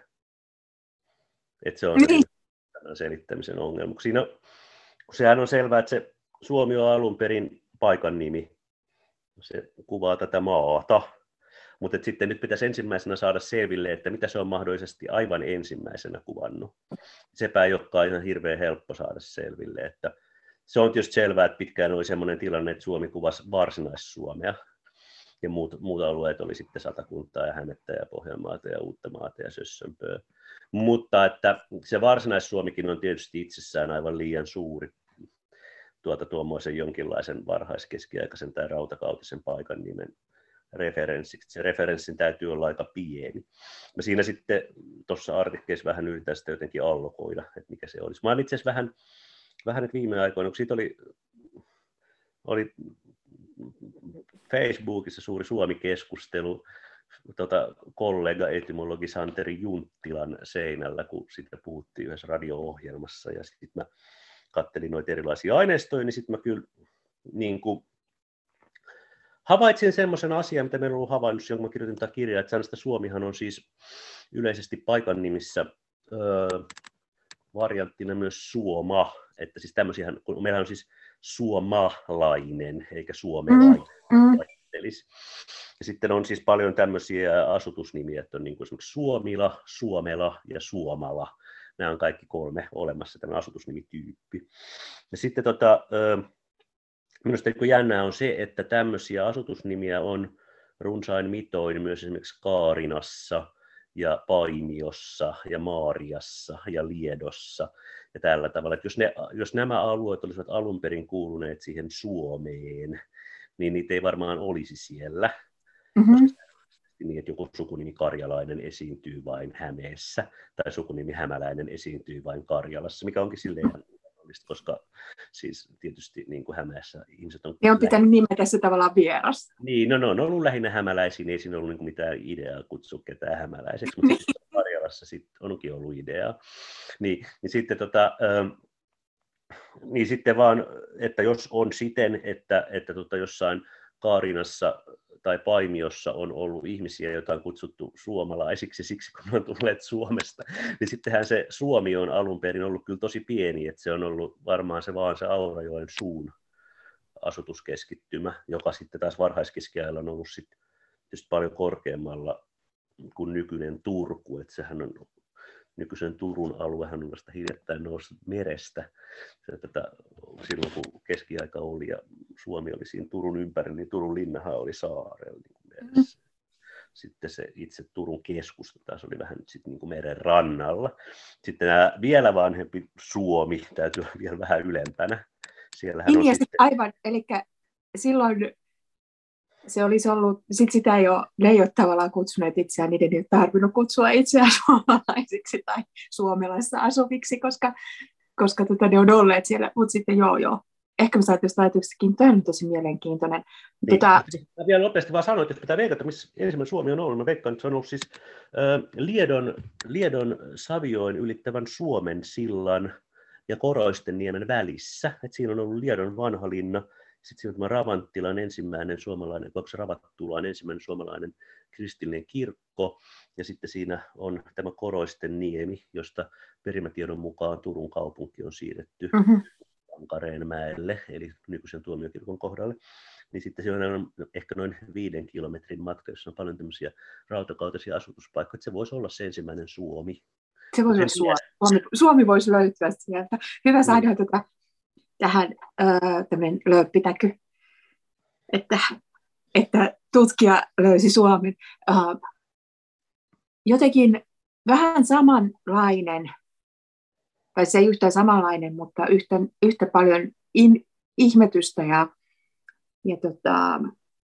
Että se on niin. Tämän selittämisen ongelma. Siinä, kun sehän on selvää, että se Suomi on alun perin paikan nimi. Se kuvaa tätä maata. Mutta sitten nyt pitäisi ensimmäisenä saada selville, että mitä se on mahdollisesti aivan ensimmäisenä kuvannut. Sepä ei olekaan ihan hirveän helppo saada selville. Että se on tietysti selvää, että pitkään oli sellainen tilanne, että Suomi kuvasi Varsinais-Suomea. Ja muut, muut alueet oli sitten Satakuntaa ja Hämettä ja Pohjanmaata ja Uuttamaata ja Sössönpöä. Mutta että se Varsinais-Suomikin on tietysti itsessään aivan liian suuri tuota tuommoisen jonkinlaisen varhaiskeskiaikaisen tai rautakautisen paikan nimen referenssiksi. Se referenssin täytyy olla aika pieni. Mä siinä sitten tuossa artikkelissa vähän yritän sitä jotenkin allokoida, että mikä se olisi. Mä olen itse asiassa vähän, vähän nyt viime aikoina, kun siitä oli, oli Facebookissa suuri Suomi-keskustelu tota, kollega etymologi Santeri Junttilan seinällä, kun siitä puhuttiin yhdessä radio-ohjelmassa, ja sitten mä kattelin noita erilaisia aineistoja, niin sitten mä kyllä niin kuin havaitsin semmoisen asian, mitä meillä on ollut havainnut, jonka mä kirjoitin tätä kirjaa, että sanasta Suomihan on siis yleisesti paikan nimissä öö, varianttina myös Suoma, että siis tämmöisiä, kun meillä on siis suomalainen, eikä suomalainen. Mm, mm. Ja sitten on siis paljon tämmöisiä asutusnimiä, että on niin kuin esimerkiksi Suomila, Suomela ja Suomala. Nämä on kaikki kolme olemassa, tämä asutusnimityyppi. Ja sitten tota, minusta jännää on se, että tämmöisiä asutusnimiä on runsain mitoin myös esimerkiksi Kaarinassa ja Paimiossa ja Maariassa ja Liedossa ja tällä tavalla. Että jos, ne, jos nämä alueet olisivat alun perin kuuluneet siihen Suomeen, niin niitä ei varmaan olisi siellä. Mm-hmm. Koska niin, että joku sukunimi Karjalainen esiintyy vain Hämeessä tai sukunimi Hämäläinen esiintyy vain Karjalassa, mikä onkin silleen ihan mahdollista, koska siis tietysti niin kuin Hämeessä ihmiset on... Ne on pitänyt nimetä se tavallaan vieras. Niin, no, no on ollut lähinnä hämäläisiä, niin ei siinä ollut niin kuin mitään ideaa kutsua ketään hämäläiseksi, mutta sitten Karjalassa sit onkin ollut ideaa. Niin, niin sitten tota... Niin sitten vaan, että jos on siten, että, että tota jossain Kaarinassa tai Paimiossa on ollut ihmisiä, joita on kutsuttu suomalaisiksi siksi, kun ne on tulleet Suomesta, niin sittenhän se Suomi on alun perin ollut kyllä tosi pieni, että se on ollut varmaan se vaan se Aurajoen suun asutuskeskittymä, joka sitten taas varhaiskeskiajalla on ollut sitten tietysti paljon korkeammalla kuin nykyinen Turku, että sehän on nykyisen Turun aluehan on vasta hiljattain noussut merestä. Tätä, silloin kun keskiaika oli ja Suomi oli siinä Turun ympärillä, niin Turun linnahan oli saarella niin kuin meressä. Sitten se itse Turun keskusta taas oli vähän nyt sit niin kuin meren rannalla. Sitten nämä vielä vanhempi Suomi täytyy olla vielä vähän ylempänä. Siellähän niin, on ja sitten... aivan, eli silloin se olisi ollut, sit sitä ei ole, ne ei ole tavallaan kutsuneet itseään, niiden ei ole tarvinnut kutsua itseään suomalaisiksi tai suomalaisissa asuviksi, koska, koska tota, ne on olleet siellä, mutta sitten joo joo. Ehkä me saatiin jostain ajatuksistakin, tämä on tosi mielenkiintoinen. Niin, tota... Mä vielä nopeasti vaan sanoin, että pitää veikata, missä ensimmäinen Suomi on ollut. Mä veikkaan, että se on ollut siis äh, Liedon, Liedon Savioin ylittävän Suomen sillan ja Koroistenniemen välissä. Et siinä on ollut Liedon vanha linna. Sitten siinä on tämä Ravanttilan ensimmäinen suomalainen, onko se Ravattulan ensimmäinen suomalainen kristillinen kirkko. Ja sitten siinä on tämä Koroistenniemi, josta perimätiedon mukaan Turun kaupunki on siirretty mm-hmm. Ankareenmäelle, eli nykyisen Tuomiokirkon kohdalle. Niin sitten siellä on ehkä noin viiden kilometrin matka, jossa on paljon tämmöisiä rautakautisia asutuspaikkoja. Se voisi olla se ensimmäinen Suomi. Se voisi olla Suomi. Suomi. Suomi voisi löytyä sieltä. Hyvä saada mm. tätä. Tähän äh, tämmöinen lööppitäky, että, että tutkija löysi Suomen. Äh, jotenkin vähän samanlainen, tai se ei yhtään samanlainen, mutta yhtä, yhtä paljon in, ihmetystä ja, ja tota,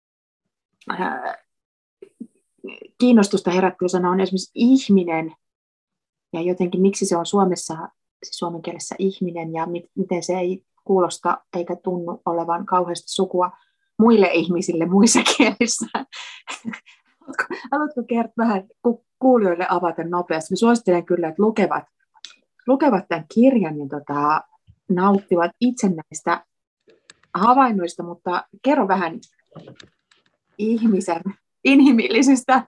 äh, kiinnostusta herättävä sana on esimerkiksi ihminen, ja jotenkin miksi se on Suomessa, siis suomen kielessä ihminen, ja mit, miten se ei kuulosta eikä tunnu olevan kauheasti sukua muille ihmisille muissa kielissä. Haluatko, haluatko kertoa vähän kuulijoille avata nopeasti? Mä suosittelen kyllä, että lukevat, lukevat tämän kirjan ja tota, nauttivat itse näistä havainnoista, mutta kerro vähän ihmisen inhimillisistä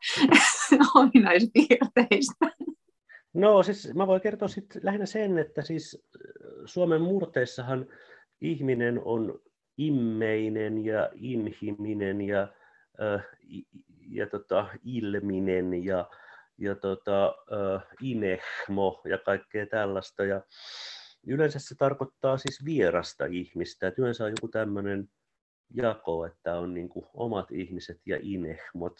ominaispiirteistä. No siis mä voin kertoa sit lähinnä sen, että siis Suomen murteissahan ihminen on immeinen ja inhiminen ja, äh, ja tota, ilminen ja, ja tota, äh, inehmo ja kaikkea tällaista. Ja yleensä se tarkoittaa siis vierasta ihmistä. Et yleensä on joku tämmöinen jako, että on niinku omat ihmiset ja inehmot.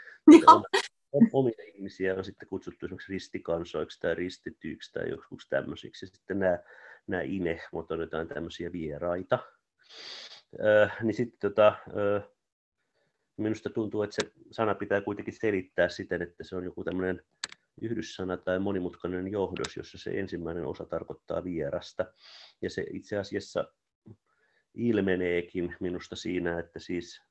Omia ihmisiä on sitten kutsuttu esimerkiksi ristikansoiksi tai ristityiksi tai joksikin tämmöisiksi. Ja sitten nämä, nämä inehmot on jotain tämmöisiä vieraita. Öö, niin sitten tota, öö, minusta tuntuu, että se sana pitää kuitenkin selittää siten, että se on joku tämmöinen yhdyssana tai monimutkainen johdos, jossa se ensimmäinen osa tarkoittaa vierasta. Ja se itse asiassa ilmeneekin minusta siinä, että siis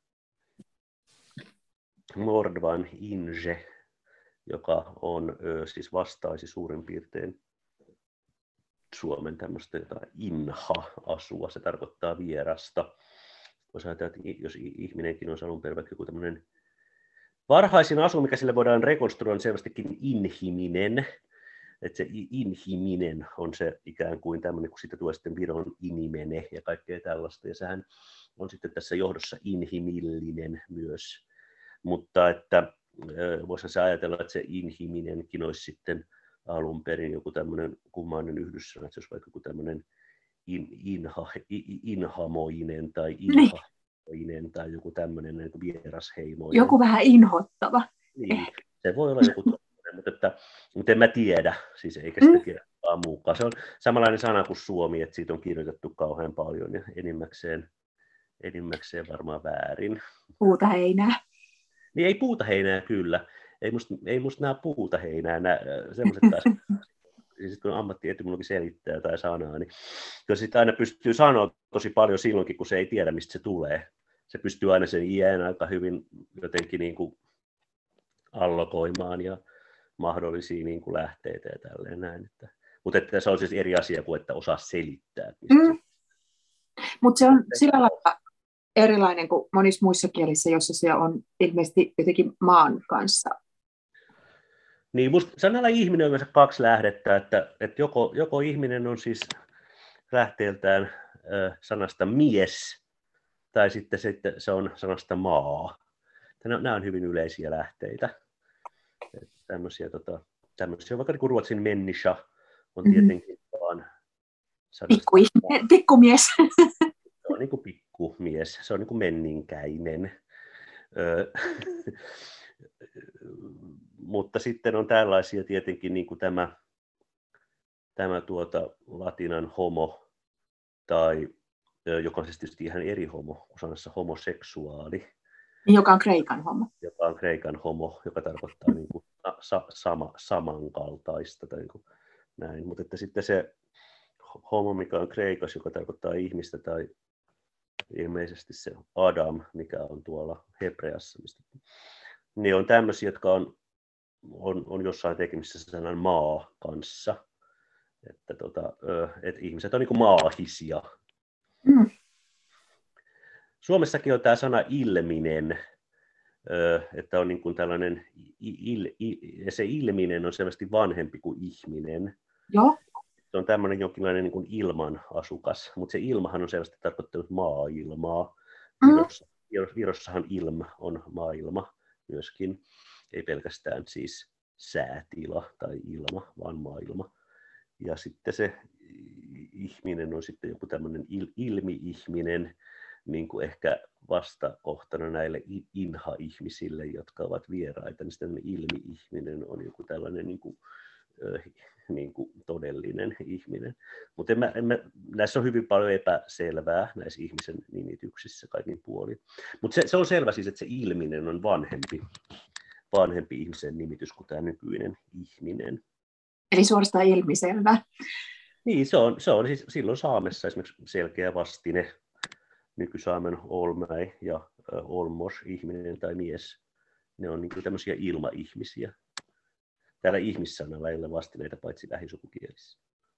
Mordvan Inge, joka on siis vastaisi suurin piirtein Suomen tämmöistä jotain inha-asua, se tarkoittaa vierasta. Voisi ajatella, että jos ihminenkin on alun perin vaikka joku tämmöinen varhaisin asu, mikä sille voidaan rekonstruoida, on selvästikin inhiminen. Että se inhiminen on se ikään kuin tämmöinen, kun siitä tulee sitten Viron inimene ja kaikkea tällaista. Ja sehän on sitten tässä johdossa inhimillinen myös. Mutta että voisi se ajatella, että se inhiminenkin olisi sitten alun perin joku tämmöinen kummainen yhdyssana, että se olisi vaikka joku tämmöinen in, inha, inhamoinen tai inhamoinen tai joku tämmöinen niin kuin vierasheimoinen. Joku vähän inhottava. Niin, se voi olla joku toinen, mutta, että, mutta en mä tiedä, siis eikä sitä tiedä kukaan muukaan. Se on samanlainen sana kuin suomi, että siitä on kirjoitettu kauhean paljon ja enimmäkseen, enimmäkseen varmaan väärin. Puuta heinää. Niin ei puuta heinää kyllä. Ei musta, ei musta nämä puuta heinää, nämä semmoiset taas, siis kun ammattietymologi selittää tai sanaa, niin kyllä sitä aina pystyy sanoa tosi paljon silloinkin, kun se ei tiedä, mistä se tulee. Se pystyy aina sen iän aika hyvin jotenkin niin kuin allokoimaan ja mahdollisia niin kuin lähteitä ja tälleen näin. Että, mutta että se on siis eri asia kuin, että osaa selittää. Mm. Mutta se on sillä lailla erilainen kuin monissa muissa kielissä, jossa se on ilmeisesti jotenkin maan kanssa. Niin, musta sanalla ihminen on yleensä kaksi lähdettä, että, että joko, joko ihminen on siis lähteeltään äh, sanasta mies, tai sitten, sitten se on sanasta maa. Nämä on hyvin yleisiä lähteitä. Että tämmöisiä, tota, tämmöisiä, vaikka niin kuin ruotsin människa on tietenkin mm-hmm. vaan Pikku, pikkumies. Se on niin kuin pikkumies, se on niin kuin menninkäinen. Mutta sitten on tällaisia tietenkin niin kuin tämä, tämä tuota, latinan homo, tai joka on siis tietysti ihan eri homo kuin sanassa homoseksuaali. Joka on kreikan homo. Joka on kreikan homo, joka tarkoittaa niin kuin sa- sama, samankaltaista. Tai niin kuin näin. Mutta että sitten se homo, mikä on kreikas, joka tarkoittaa ihmistä, tai ilmeisesti se Adam, mikä on tuolla hebreassa, mistä, niin on tämmöisiä, jotka on, on, on jossain tekemisissä sanan maa kanssa. Että, tota, että ihmiset on niin kuin maahisia. Mm. Suomessakin on tämä sana ilminen, että on niin kuin tällainen, il, il, se ilminen on selvästi vanhempi kuin ihminen. Joo. Se on tämmöinen jonkinlainen niin kuin ilman asukas, mutta se ilmahan on selvästi tarkoittanut maailmaa. Virossa, Virossahan ilma on maailma myöskin, ei pelkästään siis säätila tai ilma, vaan maailma. Ja sitten se ihminen on sitten joku tämmöinen il- ilmi-ihminen, niin kuin ehkä vastakohtana näille inha-ihmisille, jotka ovat vieraita, niin sitten ilmi-ihminen on joku tällainen niin kuin, äh, niin kuin todellinen ihminen. Mutta näissä on hyvin paljon epäselvää näissä ihmisen nimityksissä kaikin puolin. Mutta se, se on selvä siis, että se ilminen on vanhempi, vanhempi ihmisen nimitys kuin tämä nykyinen ihminen. Eli suorastaan ilmiselvä. Niin, se on, se on siis silloin saamessa esimerkiksi selkeä vastine. Nykysaamen olmäi ja olmos, ihminen tai mies, ne on niin tämmöisiä ilmaihmisiä. Täällä ihmissanalla ei ole vastineita paitsi lähisukukielissä.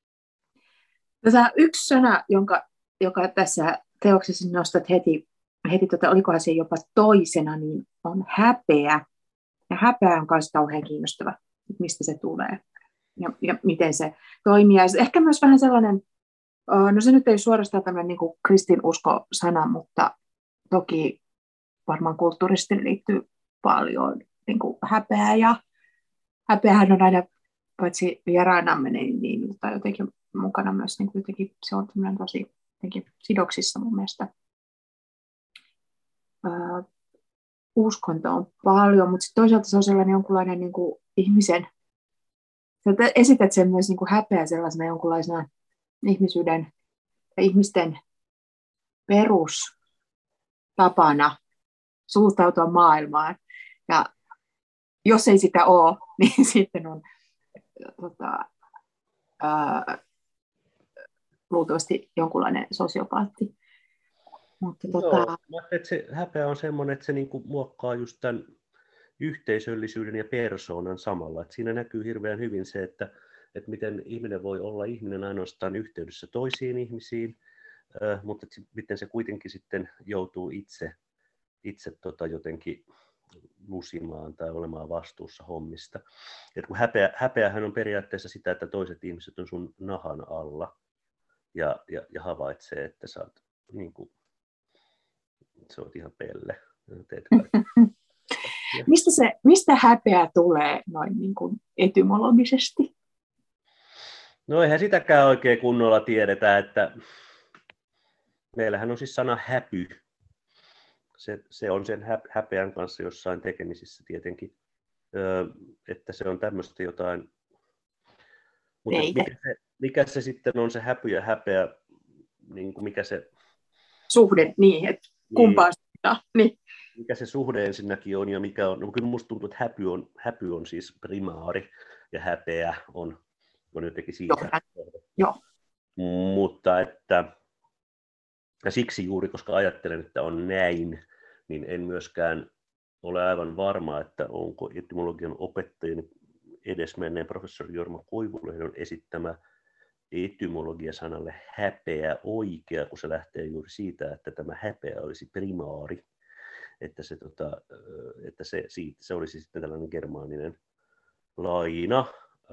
Tota, yksi sana, jonka, joka tässä teoksessa nostat heti, heti tota, olikohan se jopa toisena, niin on häpeä. Ja häpeä on myös kauhean kiinnostava, mistä se tulee ja, ja miten se toimii. Ja ehkä myös vähän sellainen, no se nyt ei suorastaan tämmöinen niin kuin kristinusko-sana, mutta toki varmaan kulttuurisesti liittyy paljon niin kuin häpeää. Ja häpeähän on aina, paitsi vieraanamme, niin, niin tai jotenkin mukana myös, niin jotenkin, se on tosi jotenkin sidoksissa mun mielestä. Ää, uskonto on paljon, mutta toisaalta se on sellainen jonkunlainen niin kuin ihmisen, sä esität sen myös niin kuin häpeä sellaisena jonkunlaisena ihmisyyden ja ihmisten perustapana suhtautua maailmaan. Ja jos ei sitä ole, niin sitten on tota, ää, luultavasti jonkunlainen sosiopaatti. Mutta, Joo, tota... mä ajattelin, että se häpeä on semmoinen, että se niinku muokkaa just tämän yhteisöllisyyden ja persoonan samalla. Että siinä näkyy hirveän hyvin se, että, että miten ihminen voi olla ihminen ainoastaan yhteydessä toisiin ihmisiin, äh, mutta että miten se kuitenkin sitten joutuu itse, itse tota jotenkin lusimaan tai olemaan vastuussa hommista. Et kun häpeä, häpeähän on periaatteessa sitä, että toiset ihmiset on sun nahan alla ja, ja, ja havaitsee, että sä oot, niin kuin, sä oot ihan pelle. Teet mistä, se, mistä häpeä tulee noin niin kuin etymologisesti? No eihän sitäkään oikein kunnolla tiedetä, että meillähän on siis sana häpy. Se, se on sen häpeän kanssa jossain tekemisissä tietenkin, että se on tämmöistä jotain. Mutta mikä se, mikä se sitten on se häpy ja häpeä, niin kuin mikä se suhde, niin, että kumpaa sitä, niin. Mikä se suhde ensinnäkin on ja mikä on, no kyllä musta tuntuu, että häpy on, häpy on siis primaari ja häpeä on, on jotenkin siitä. Joo. Mutta että ja siksi juuri, koska ajattelen, että on näin, niin en myöskään ole aivan varma, että onko etymologian opettajien edesmenneen professori Jorma Koivulehdon esittämä etymologia-sanalle häpeä oikea, kun se lähtee juuri siitä, että tämä häpeä olisi primaari, että se, tota, että se, se olisi sitten tällainen germaaninen laina.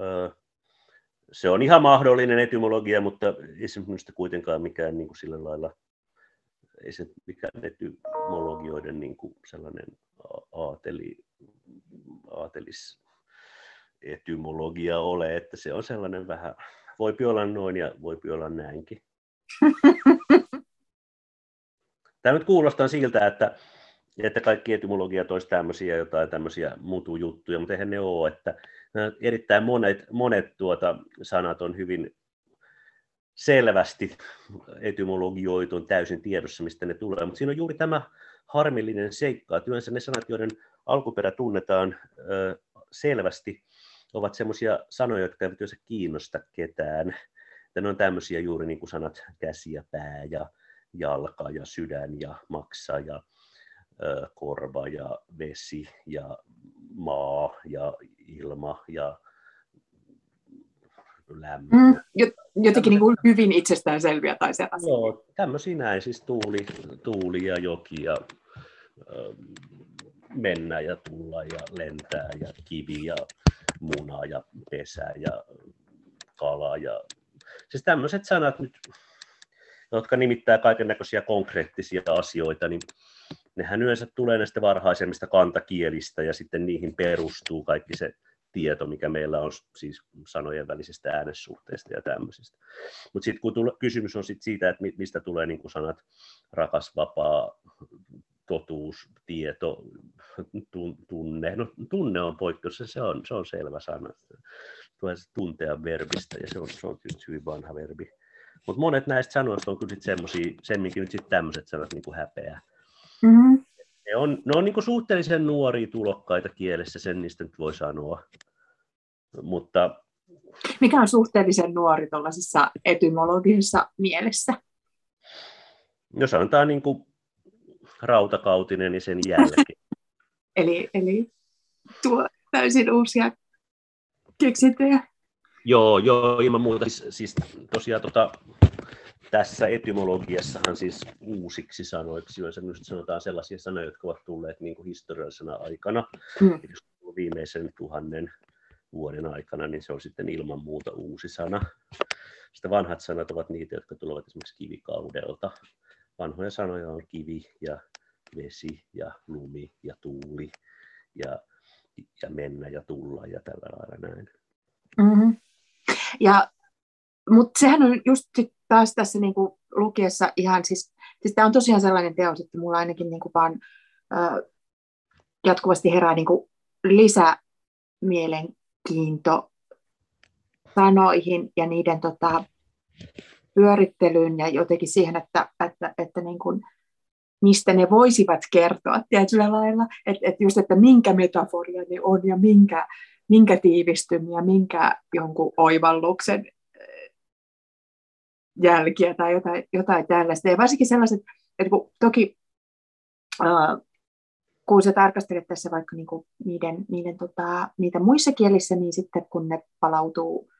Se on ihan mahdollinen etymologia, mutta ei se minusta kuitenkaan mikään niin kuin sillä lailla, ei se mikään etymologioiden niin kuin sellainen aateli, aatelis etymologia ole, että se on sellainen vähän, voipi olla noin ja voipi olla näinkin. Tämä nyt kuulostaa siltä, että, että kaikki etymologiat olisi tämmöisiä jotain tämmöisiä mutujuttuja, mutta eihän ne ole, että erittäin monet, monet tuota sanat on hyvin selvästi etymologioitu, on täysin tiedossa, mistä ne tulee, mutta siinä on juuri tämä harmillinen seikka, että yleensä ne sanat, joiden alkuperä tunnetaan ö, selvästi, ovat semmoisia sanoja, jotka eivät yleensä kiinnosta ketään. Ja ne on tämmöisiä juuri niin kuin sanat käsi ja pää ja jalka ja sydän ja maksa ja ö, korva ja vesi ja maa ja ilma ja lämpö. Mm, jotenkin niin kuin hyvin itsestäänselviä tai sellaisia. Joo, tämmöisiä näin, siis tuuli, tuuli ja joki ja ö, mennä ja tulla ja lentää ja kivi ja muna ja pesä ja kala ja siis tämmöiset sanat nyt, jotka nimittää kaikennäköisiä konkreettisia asioita, niin nehän yleensä tulee näistä varhaisemmista kantakielistä ja sitten niihin perustuu kaikki se tieto, mikä meillä on siis sanojen välisestä äänessuhteesta ja tämmöisistä. Mutta sitten kun tule, kysymys on sit siitä, että mistä tulee niin kuin sanat rakas, vapaa, totuus, tieto, tunne. No, tunne on poikkeus, se on, se on selvä sana. Tulee se tuntea verbistä ja se on, se on tietysti hyvin vanha verbi. Mutta monet näistä sanoista on kyllä sitten semmoisia, semminkin nyt sitten tämmöiset sanat niin kuin häpeä. Mm-hmm. Ne on, ne on niin kuin suhteellisen nuoria tulokkaita kielessä, sen niistä nyt voi sanoa. Mutta mikä on suhteellisen nuori tuollaisessa etymologisessa mielessä? No sanotaan niin kuin rautakautinen ja sen jälkeen. eli, eli tuo täysin uusia keksintöjä. Joo, joo, ilman muuta. Siis, siis tosiaan tota, tässä etymologiassahan siis uusiksi sanoiksi, joissa nyt sanotaan sellaisia sanoja, jotka ovat tulleet niin kuin historiallisena aikana, mm. viimeisen tuhannen vuoden aikana, niin se on sitten ilman muuta uusi sana. Sitten vanhat sanat ovat niitä, jotka tulevat esimerkiksi kivikaudelta. Vanhoja sanoja on kivi ja vesi ja lumi ja tuuli ja, ja mennä ja tulla ja tällä lailla näin. Mm-hmm. Ja, mutta sehän on just taas tässä niinku lukiessa ihan, siis, siis tämä on tosiaan sellainen teos, että mulla ainakin niinku vaan ö, jatkuvasti herää niinku lisämielenkiinto sanoihin ja niiden tota, pyörittelyyn ja jotenkin siihen, että, että, että niin kuin, mistä ne voisivat kertoa tietyllä lailla, että, että just, että minkä metaforia ne on ja minkä, minkä tiivistymiä, minkä jonkun oivalluksen jälkiä tai jotain, jotain tällaista. Ja varsinkin sellaiset, että kun toki uh, kun sä tarkastelet tässä vaikka niinku niiden, niiden, tota, niitä muissa kielissä, niin sitten kun ne palautuu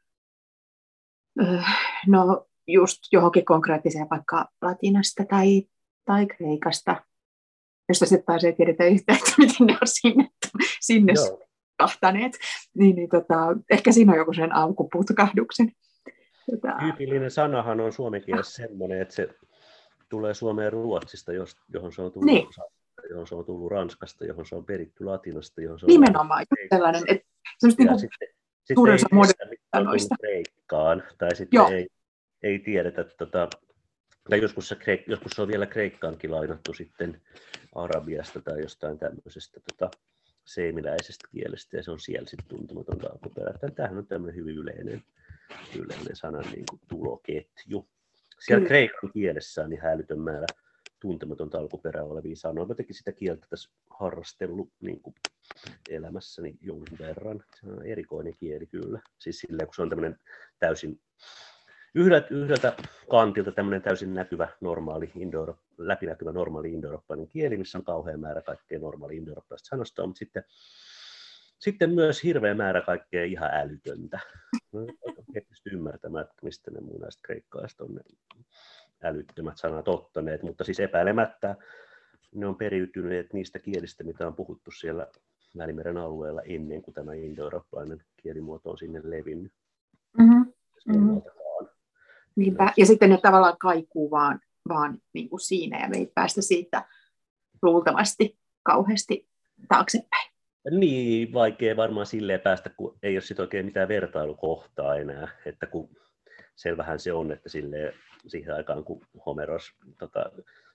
uh, no just johonkin konkreettiseen vaikka latinasta tai, tai kreikasta, josta sitten taas ei tiedetä yhtään, että miten ne on sinne, sinne kahtaneet, niin, niin tota, ehkä siinä on joku sen alkuputkahduksen. Tota... Tyypillinen sanahan on suomen kielessä semmoinen, että se tulee Suomeen Ruotsista, johon se on tullut, niin. johon se on tullut Ranskasta, johon se on peritty Latinasta. Johon se on nimenomaan, just sellainen, että semmoista niin sitten, sitten ei tiedetä, mitä Kreikkaan, tai sitten ei, ei tiedetä, tota, tai joskus se, joskus se on vielä Kreikkaankin lainattu sitten arabiasta tai jostain tämmöisestä tota, seemiläisestä kielestä, ja se on siellä sitten tuntematonta alkuperää. Tämähän on tämmöinen hyvin yleinen, yleinen sanan niin kuin tuloketju. Siellä Kyllä. kreikan kielessä on niin hälytön määrä tuntematonta alkuperää olevia sanoja. Mä tekin sitä kieltä tässä harrastellut niin kuin elämässäni jonkun verran. Se on erikoinen kieli kyllä. Siis silleen, kun se on tämmöinen täysin yhdeltä, yhdeltä kantilta tämmöinen täysin näkyvä, normaali, indo- läpinäkyvä normaali indoeurooppalainen kieli, missä on kauhean määrä kaikkea normaali indoeurooppalaista sanostoa, mutta sitten, sitten myös hirveä määrä kaikkea ihan älytöntä. En pysty ymmärtämään, että mistä ne muunaiset kreikkalaiset on ne älyttömät sanat ottaneet, mutta siis epäilemättä ne on periytyneet niistä kielistä, mitä on puhuttu siellä Välimeren alueella ennen kuin tämä indoeurooppalainen kielimuoto on sinne levinnyt. Mm-hmm. Mm-hmm. Niinpä. Ja sitten ne tavallaan kaikuu vaan, vaan niin kuin siinä ja me ei päästä siitä luultavasti kauheasti taaksepäin. Niin, vaikea varmaan silleen päästä, kun ei ole sit oikein mitään vertailukohtaa enää, että kun selvähän se on, että silleen, siihen aikaan kun Homeros tota,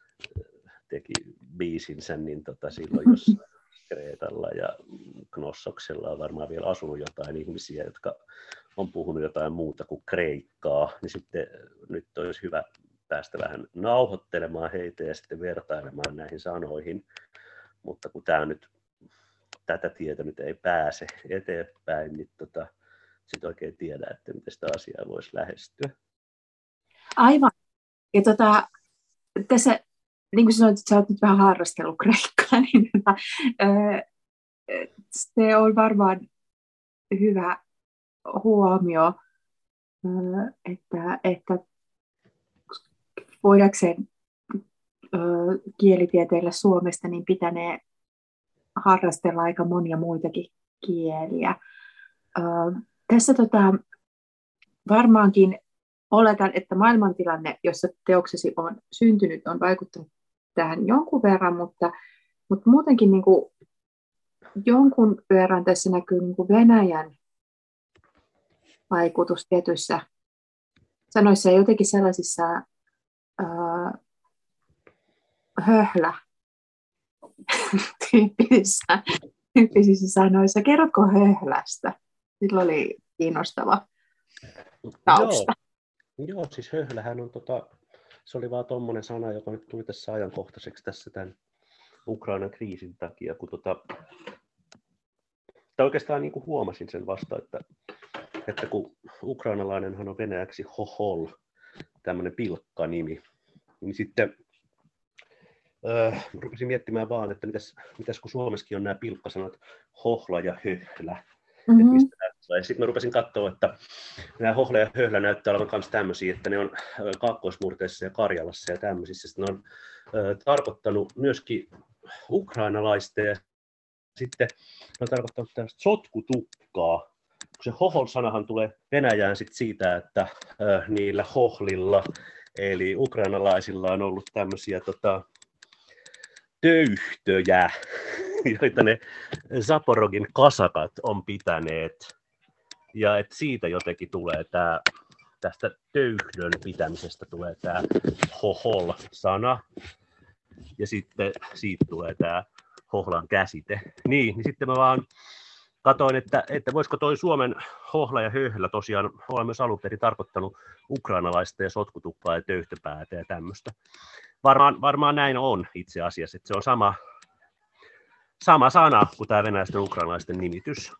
teki biisinsä, niin tota, silloin jossain Kreetalla ja Knossoksella on varmaan vielä asunut jotain ihmisiä, jotka on puhunut jotain muuta kuin kreikkaa, niin sitten nyt olisi hyvä päästä vähän nauhoittelemaan heitä ja sitten vertailemaan näihin sanoihin, mutta kun tämä nyt, tätä tietä nyt ei pääse eteenpäin, niin tota, sitten oikein tiedä, että miten sitä asiaa voisi lähestyä. Aivan. Ja tota, tässä, niin kuin sanoit, että sä oot nyt vähän harrastellut kreikkaa, niin tota, se on varmaan hyvä huomio, että, että voidakseen kielitieteellä Suomesta, niin pitänee harrastella aika monia muitakin kieliä. Tässä tota, varmaankin oletan, että maailmantilanne, jossa teoksesi on syntynyt, on vaikuttanut tähän jonkun verran, mutta, mutta muutenkin niin kuin jonkun verran tässä näkyy niin kuin Venäjän vaikutus tietyissä sanoissa ja jotenkin sellaisissa ää, höhlä tyyppisissä, tyyppisissä sanoissa. Kerrotko höhlästä? Sillä oli kiinnostava tausta. Joo, Joo siis höhlähän on, tota, se oli vaan tommonen sana, joka nyt tuli tässä ajankohtaiseksi tässä tämän Ukrainan kriisin takia, kun tota, tai oikeastaan niin kuin huomasin sen vasta, että, että kun ukrainalainenhan on venäjäksi hohol, tämmöinen pilkkanimi, niin sitten äh, rupesin miettimään vaan, että mitäs, mitäs kun Suomessakin on nämä pilkkasanat hohla ja höhlä. Mm-hmm. Ja sitten mä rupesin katsoa, että nämä hohla ja höhlä näyttää olevan myös tämmöisiä, että ne on Kaakkoismurteissa ja Karjalassa ja tämmöisissä. Sitten ne on äh, tarkoittanut myöskin ukrainalaista ja sitten ne on tarkoittanut tällaista sotkutukkaa. Se hohol-sanahan tulee Venäjään sit siitä, että äh, niillä hohlilla, eli ukrainalaisilla on ollut tämmöisiä tota, töyhtöjä, joita ne Zaporogin kasakat on pitäneet. Ja että siitä jotenkin tulee tämä, tästä töyhdön pitämisestä tulee tämä hohol-sana. Ja sitten siitä tulee tämä hohlan käsite. Niin, niin sitten mä vaan katoin, että, että voisiko toi Suomen hohla ja höhlä tosiaan olla myös alun perin tarkoittanut ukrainalaista ja sotkutuppaa ja töyhtöpäätä ja tämmöistä. Varmaan, varmaan näin on itse asiassa, että se on sama, sama sana kuin tämä venäläisten ja ukrainalaisten nimitys.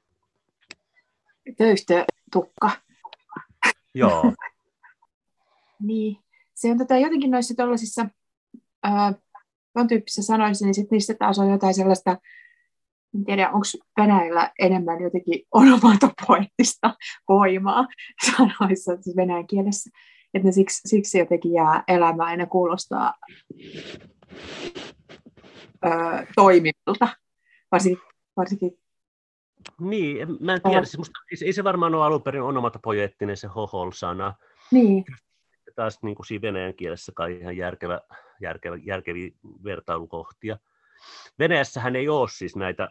Töyhtötukka. Joo. Niin. Se on tätä jotenkin noissa tuollaisissa ää, ton tyyppisissä sanoissa, niin sit niistä taas on jotain sellaista, en tiedä, onko Venäjällä enemmän jotenkin onomatopoeettista voimaa sanoissa, siis venäjän kielessä, että ne siksi, siksi jotenkin jää elämään ja ne kuulostaa ö, toimivilta, varsinkin, varsinkin. Niin, mä en tiedä, se musta, ei se varmaan ole alun perin onomatopoeettinen se hohol-sana. Niin. Taas niin kuin siinä venäjän kielessä kai ihan järkevä, järkevä, järkeviä vertailukohtia. Venäjässähän ei ole siis näitä,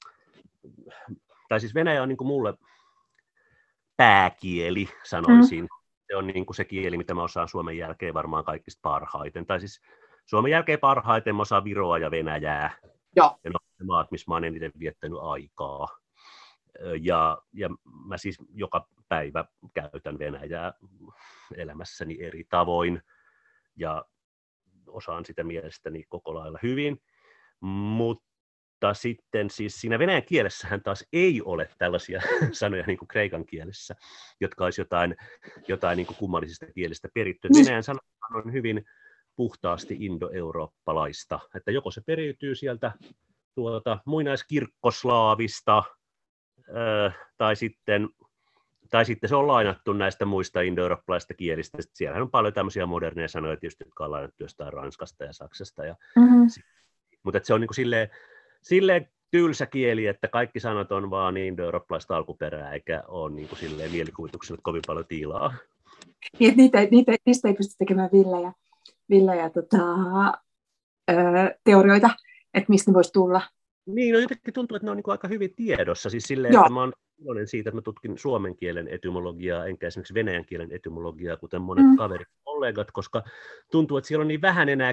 tai siis Venäjä on niin kuin mulle pääkieli, sanoisin. Mm. Se on niin kuin se kieli, mitä mä osaan Suomen jälkeen varmaan kaikista parhaiten. Tai siis Suomen jälkeen parhaiten mä osaan Viroa ja Venäjää. Joo. Ja ne on ne maat, missä mä oon eniten viettänyt aikaa. Ja, ja mä siis joka päivä käytän venäjää elämässäni eri tavoin ja osaan sitä mielestäni koko lailla hyvin. Mutta sitten siis siinä venäjän kielessähän taas ei ole tällaisia sanoja niin kuin kreikan kielessä, jotka olisi jotain, jotain niin kuin kummallisista kielistä peritty. Venäjän sana on hyvin puhtaasti indoeurooppalaista, että joko se periytyy sieltä tuota muinaiskirkkoslaavista, Öö, tai, sitten, tai sitten se on lainattu näistä muista indoeurooppalaisista kielistä. Siellähän on paljon tämmöisiä moderneja sanoja, tietysti, jotka on lainattu jostain Ranskasta ja Saksasta. Ja, mm-hmm. Mutta se on niin kuin silleen, silleen tylsä kieli, että kaikki sanat on vaan indoeurooppalaista alkuperää, eikä ole niin kuin silleen mielikuvitukselle kovin paljon tilaa. Niin, niitä, niitä, niistä ei pysty tekemään villejä, villejä tota, öö, teorioita, että mistä ne voisi tulla. Niin, no jotenkin tuntuu, että ne on niin kuin aika hyvin tiedossa. Siis silleen, että mä oon iloinen siitä, että mä tutkin suomen kielen etymologiaa, enkä esimerkiksi venäjän kielen etymologiaa, kuten monet mm. kaverit kollegat, koska tuntuu, että siellä on niin vähän enää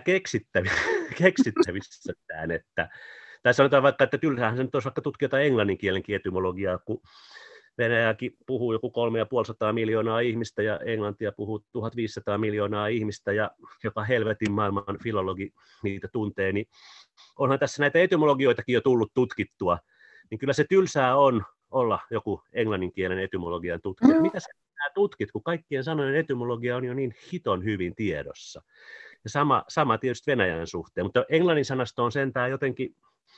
keksittävissä tämän, että tai sanotaan vaikka, että tylsähän se nyt olisi vaikka tutkia jotain englannin kielenkin etymologiaa, kun Venäjäkin puhuu joku kolme ja puolisataa miljoonaa ihmistä ja englantia puhuu tuhatviisisataa miljoonaa ihmistä ja joka helvetin maailman filologi niitä tuntee, niin onhan tässä näitä etymologioitakin jo tullut tutkittua, niin kyllä se tylsää on olla joku englannin kielen etymologian tutkija. Mm. Mitä sä tutkit, kun kaikkien sanojen etymologia on jo niin hiton hyvin tiedossa. Ja sama, sama tietysti venäjän suhteen, mutta englannin sanasto on sentään jotenkin,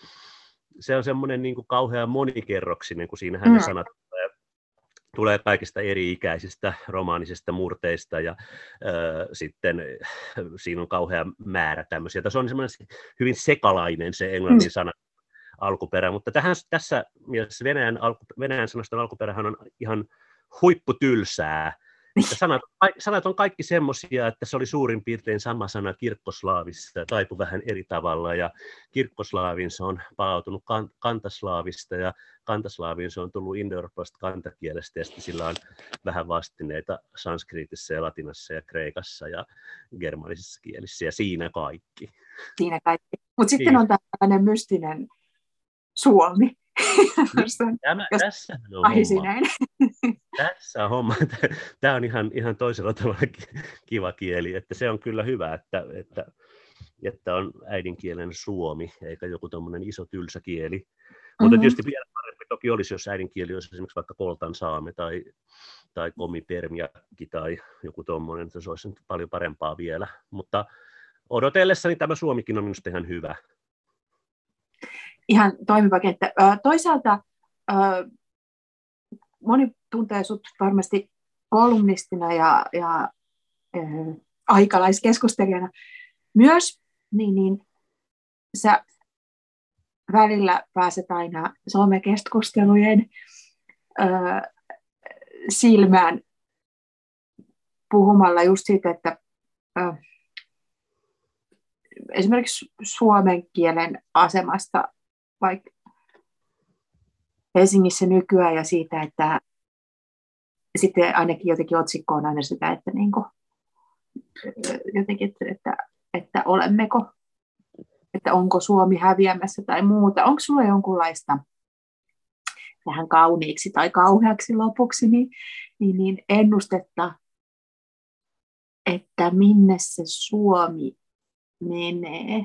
se on semmoinen niin kuin kauhean monikerroksinen, kun siinähän mm. ne sanat tulee, tulee kaikista eri-ikäisistä romaanisista murteista ja äh, sitten äh, siinä on kauhea määrä tämmöisiä. Se on semmoinen hyvin sekalainen se englannin mm. sana alkuperä, mutta tähän, tässä mielessä Venäjän, alku, Venäjän sanaston alkuperähän on ihan huipputylsää. Että sanat, sanat on kaikki semmoisia, että se oli suurin piirtein sama sana kirkkoslaavissa ja taipui vähän eri tavalla. Ja kirkkoslaavin se on palautunut kan, kantaslaavista ja kantaslaavin se on tullut indoeurooppalaisesta kantakielestä ja sitten sillä on vähän vastineita sanskriitissä ja latinassa ja kreikassa ja germanisissa kielissä ja siinä kaikki. Siinä kaikki. Mutta sitten on tällainen mystinen Suomi. Tämä, tässä on homma. Tässä on homma. Tämä on ihan, ihan toisella tavalla kiva kieli, että se on kyllä hyvä, että, että, että on äidinkielen suomi, eikä joku tommoinen iso tylsä kieli. Mm-hmm. Mutta tietysti vielä parempi toki olisi, jos äidinkieli olisi esimerkiksi vaikka koltan saame tai, tai komipermiakki tai joku tommoinen, että se olisi paljon parempaa vielä. Mutta odotellessani tämä suomikin on minusta ihan hyvä. Ihan toimiva kenttä. Toisaalta moni tuntee sut varmasti kolumnistina ja, ja aikalaiskeskustelijana myös, niin, niin sä välillä pääset aina somekeskustelujen silmään puhumalla just siitä, että esimerkiksi suomen kielen asemasta vaikka Helsingissä nykyään ja siitä, että sitten ainakin jotenkin otsikko on aina sitä, että, niin kuin, jotenkin, että, että, että olemmeko, että onko Suomi häviämässä tai muuta. Onko sulla jonkunlaista vähän kauniiksi tai kauheaksi lopuksi, niin, niin, niin ennustetta, että minne se Suomi menee.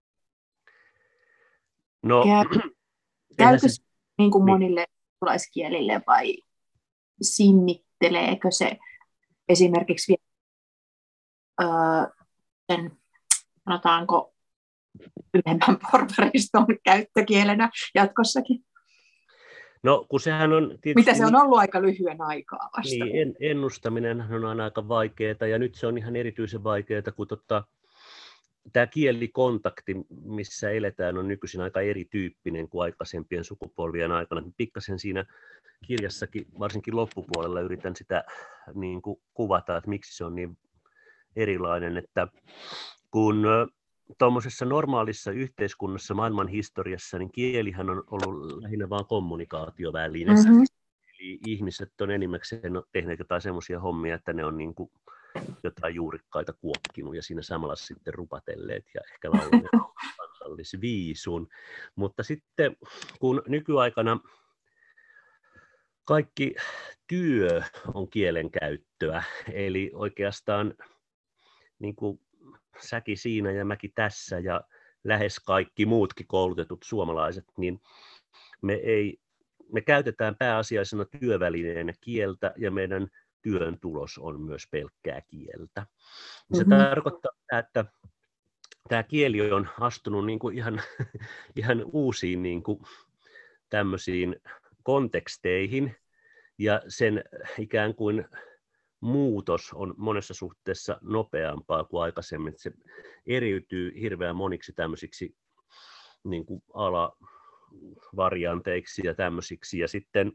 No, Käy, käykö se niin kuin monille suomalaiskielille vai sinnitteleekö se esimerkiksi öö, sen, sanotaanko, ylemmän porvariston käyttökielenä jatkossakin? No, kun sehän on tietysti... Mitä se on ollut aika lyhyen aikaa vasta? Niin, en, ennustaminen on aina aika vaikeaa, ja nyt se on ihan erityisen vaikeaa, kun tota, tämä kielikontakti, missä eletään, on nykyisin aika erityyppinen kuin aikaisempien sukupolvien aikana. Pikkasen siinä kirjassakin, varsinkin loppupuolella, yritän sitä niin kuin kuvata, että miksi se on niin erilainen, että kun tuommoisessa normaalissa yhteiskunnassa maailman historiassa, niin kielihän on ollut lähinnä vain kommunikaatioväline. Mm-hmm. Eli ihmiset on enimmäkseen tehneet jotain semmoisia hommia, että ne on niin kuin jotain juurikkaita kuokkinut ja siinä samalla sitten rupatelleet ja ehkä laulanneet kansallisviisun. Mutta sitten kun nykyaikana kaikki työ on kielenkäyttöä, eli oikeastaan niin kuin säkin siinä ja mäkin tässä ja lähes kaikki muutkin koulutetut suomalaiset, niin me, ei, me käytetään pääasiallisena työvälineenä kieltä ja meidän työn tulos on myös pelkkää kieltä. Se mm-hmm. tarkoittaa, että tämä kieli on astunut niin kuin ihan, ihan uusiin niin kuin tämmöisiin konteksteihin ja sen ikään kuin muutos on monessa suhteessa nopeampaa kuin aikaisemmin. Se eriytyy hirveän moniksi tämmöisiksi niin kuin alavarianteiksi ja tämmöisiksi. Ja sitten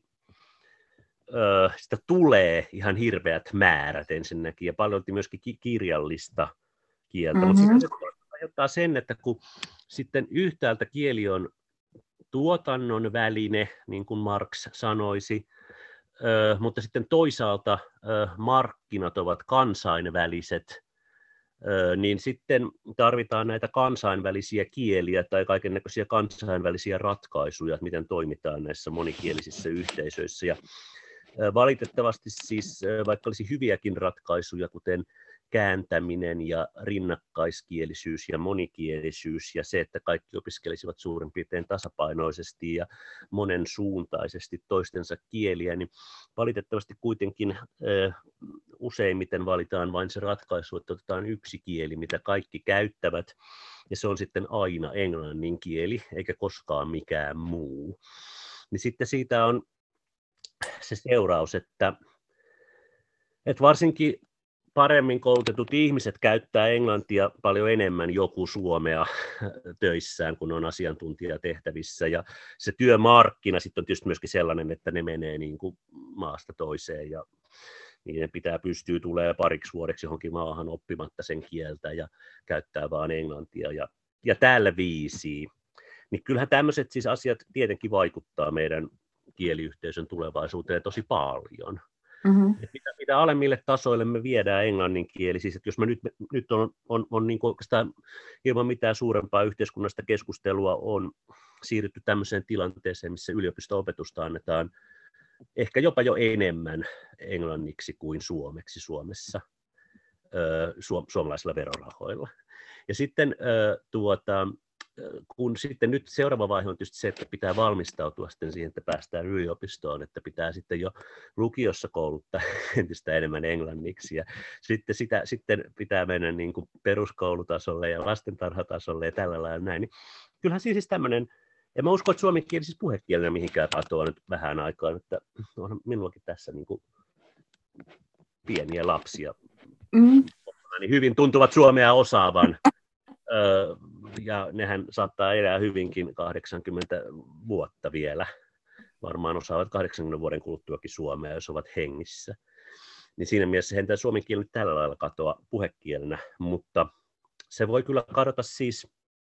ö, sitä tulee ihan hirveät määrät ensinnäkin ja paljon myöskin kirjallista kieltä. Mm-hmm. Mutta sitten se aiheuttaa sen, että kun sitten yhtäältä kieli on tuotannon väline, niin kuin Marx sanoisi, Ö, mutta sitten toisaalta ö, markkinat ovat kansainväliset, ö, niin sitten tarvitaan näitä kansainvälisiä kieliä tai kaikennäköisiä kansainvälisiä ratkaisuja, että miten toimitaan näissä monikielisissä yhteisöissä. Ja, ö, valitettavasti siis, ö, vaikka olisi hyviäkin ratkaisuja, kuten kääntäminen ja rinnakkaiskielisyys ja monikielisyys ja se, että kaikki opiskelisivat suurin piirtein tasapainoisesti ja monensuuntaisesti toistensa kieliä, niin valitettavasti kuitenkin ö, useimmiten valitaan vain se ratkaisu, että otetaan yksi kieli, mitä kaikki käyttävät, ja se on sitten aina englannin kieli, eikä koskaan mikään muu. Niin sitten siitä on se seuraus, että, että varsinkin paremmin koulutetut ihmiset käyttää englantia paljon enemmän joku suomea töissään, kun on asiantuntijatehtävissä. Ja se työmarkkina sitten on tietysti myöskin sellainen, että ne menee niin kuin maasta toiseen ja niiden pitää pystyä tulemaan pariksi vuodeksi johonkin maahan oppimatta sen kieltä ja käyttää vaan englantia ja, ja tällä viisiin. Niin kyllähän tämmöiset siis asiat tietenkin vaikuttaa meidän kieliyhteisön tulevaisuuteen tosi paljon. Mm-hmm. Mitä, mitä alemmille tasoille me viedään englannin kieli, siis että jos me nyt, nyt on, on, on niin kuin oikeastaan ilman mitään suurempaa yhteiskunnallista keskustelua on siirrytty tämmöiseen tilanteeseen, missä yliopisto-opetusta annetaan ehkä jopa jo enemmän englanniksi kuin suomeksi Suomessa su, suomalaisilla verorahoilla. Ja sitten tuota, kun sitten nyt seuraava vaihe on tietysti se, että pitää valmistautua sitten siihen, että päästään yliopistoon, että pitää sitten jo lukiossa kouluttaa entistä enemmän englanniksi ja sitten, sitä, sitten pitää mennä niin kuin peruskoulutasolle ja lastentarhatasolle ja tällä lailla näin. Niin kyllähän siis tämmöinen, en mä usko, että suomen kieli siis puhekielenä mihinkään katoaa nyt vähän aikaa, että on minullakin tässä niin kuin pieniä lapsia, mm. niin hyvin tuntuvat suomea osaavan. Ja nehän saattaa elää hyvinkin kahdeksankymmentä vuotta vielä. Varmaan osaavat kahdeksankymmentä vuoden kuluttuakin suomea, jos ovat hengissä. Niin siinä mielessä heidän suomen kieli nyt tällä lailla katoa puhekielenä, mutta se voi kyllä kadota siis,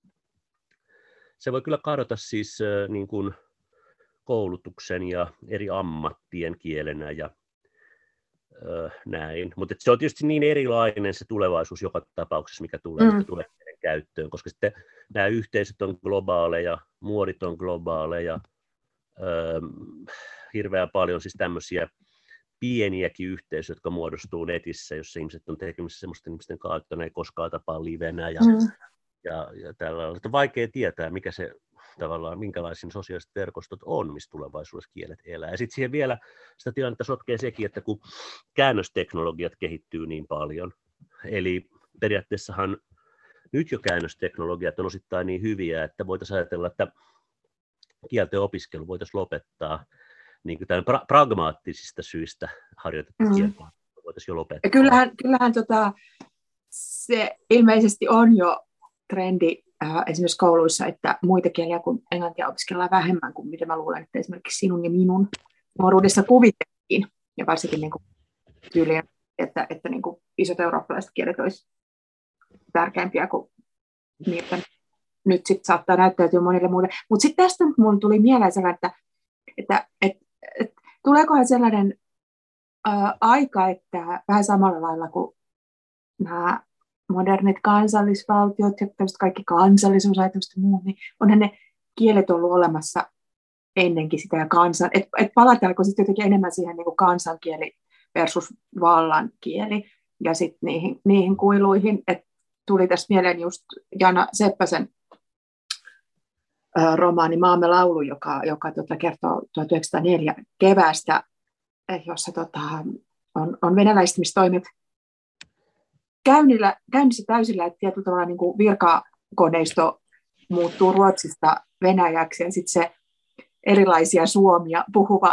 se voi kyllä kadota siis niin kuin koulutuksen ja eri ammattien kielenä ja näin. Mutta se on tietysti niin erilainen se tulevaisuus joka tapauksessa, mikä tulee, mm. mikä tulee käyttöön, koska sitten nämä yhteisöt on globaaleja, muodit on globaaleja, öö, hirveän paljon siis tämmöisiä pieniäkin yhteisöjä, jotka muodostuu netissä, jossa ihmiset on tekemisissä semmoisten ihmisten kanssa, että ne ei koskaan tapaa livenä. Ja, mm. ja, ja tällä on vaikea tietää, mikä se, tavallaan, minkälaisia sosiaaliset verkostot on, missä tulevaisuudessa kielet elää. Ja sitten siihen vielä sitä tilannetta sotkee sekin, että kun käännösteknologiat kehittyy niin paljon, eli periaatteessahan nyt jo käännösteknologiat on osittain niin hyviä, että voitaisiin ajatella, että kielten opiskelu voitaisiin lopettaa niin kuin tämän pra- pragmaattisista syistä harjoitettu mm. kieltä voitaisiin jo lopettaa. Ja kyllähän kyllähän tota, se ilmeisesti on jo trendi äh, esimerkiksi kouluissa, että muita kieliä kuin englantia opiskellaan vähemmän kuin mitä mä luulen, että esimerkiksi sinun ja minun nuoruudessa kuviteltiin. Ja varsinkin niin kuin tyyliin, että, että niin kuin isot eurooppalaiset kielet olisi tärkeämpiä kuin niitä nyt sitten saattaa näyttäytyä monille muille. Mutta sitten tästä minulle tuli mieleen sellainen, että, että, että, että tuleekohan sellainen ää, aika, että vähän samalla lailla kuin nämä modernit kansallisvaltiot ja kaikki kansallisuusajatukset ja muut, niin onhan ne kielet ollut olemassa ennenkin sitä ja kansan. Että et palataanko sitten jotenkin enemmän siihen niin kuin kansankieli versus vallankieli ja sitten niihin, niihin kuiluihin, että tuli tässä mieleen just Jana Seppäsen ää, romaani Maamme laulu, joka, joka tota, kertoo tuhatyhdeksänsataaneljä keväästä, jossa tota, on, on venäläistymistoimet käynnillä, käynnissä täysillä, että tietyllä tavalla niin kuin virkakoneisto muuttuu Ruotsista Venäjäksi ja sitten se erilaisia suomia puhuva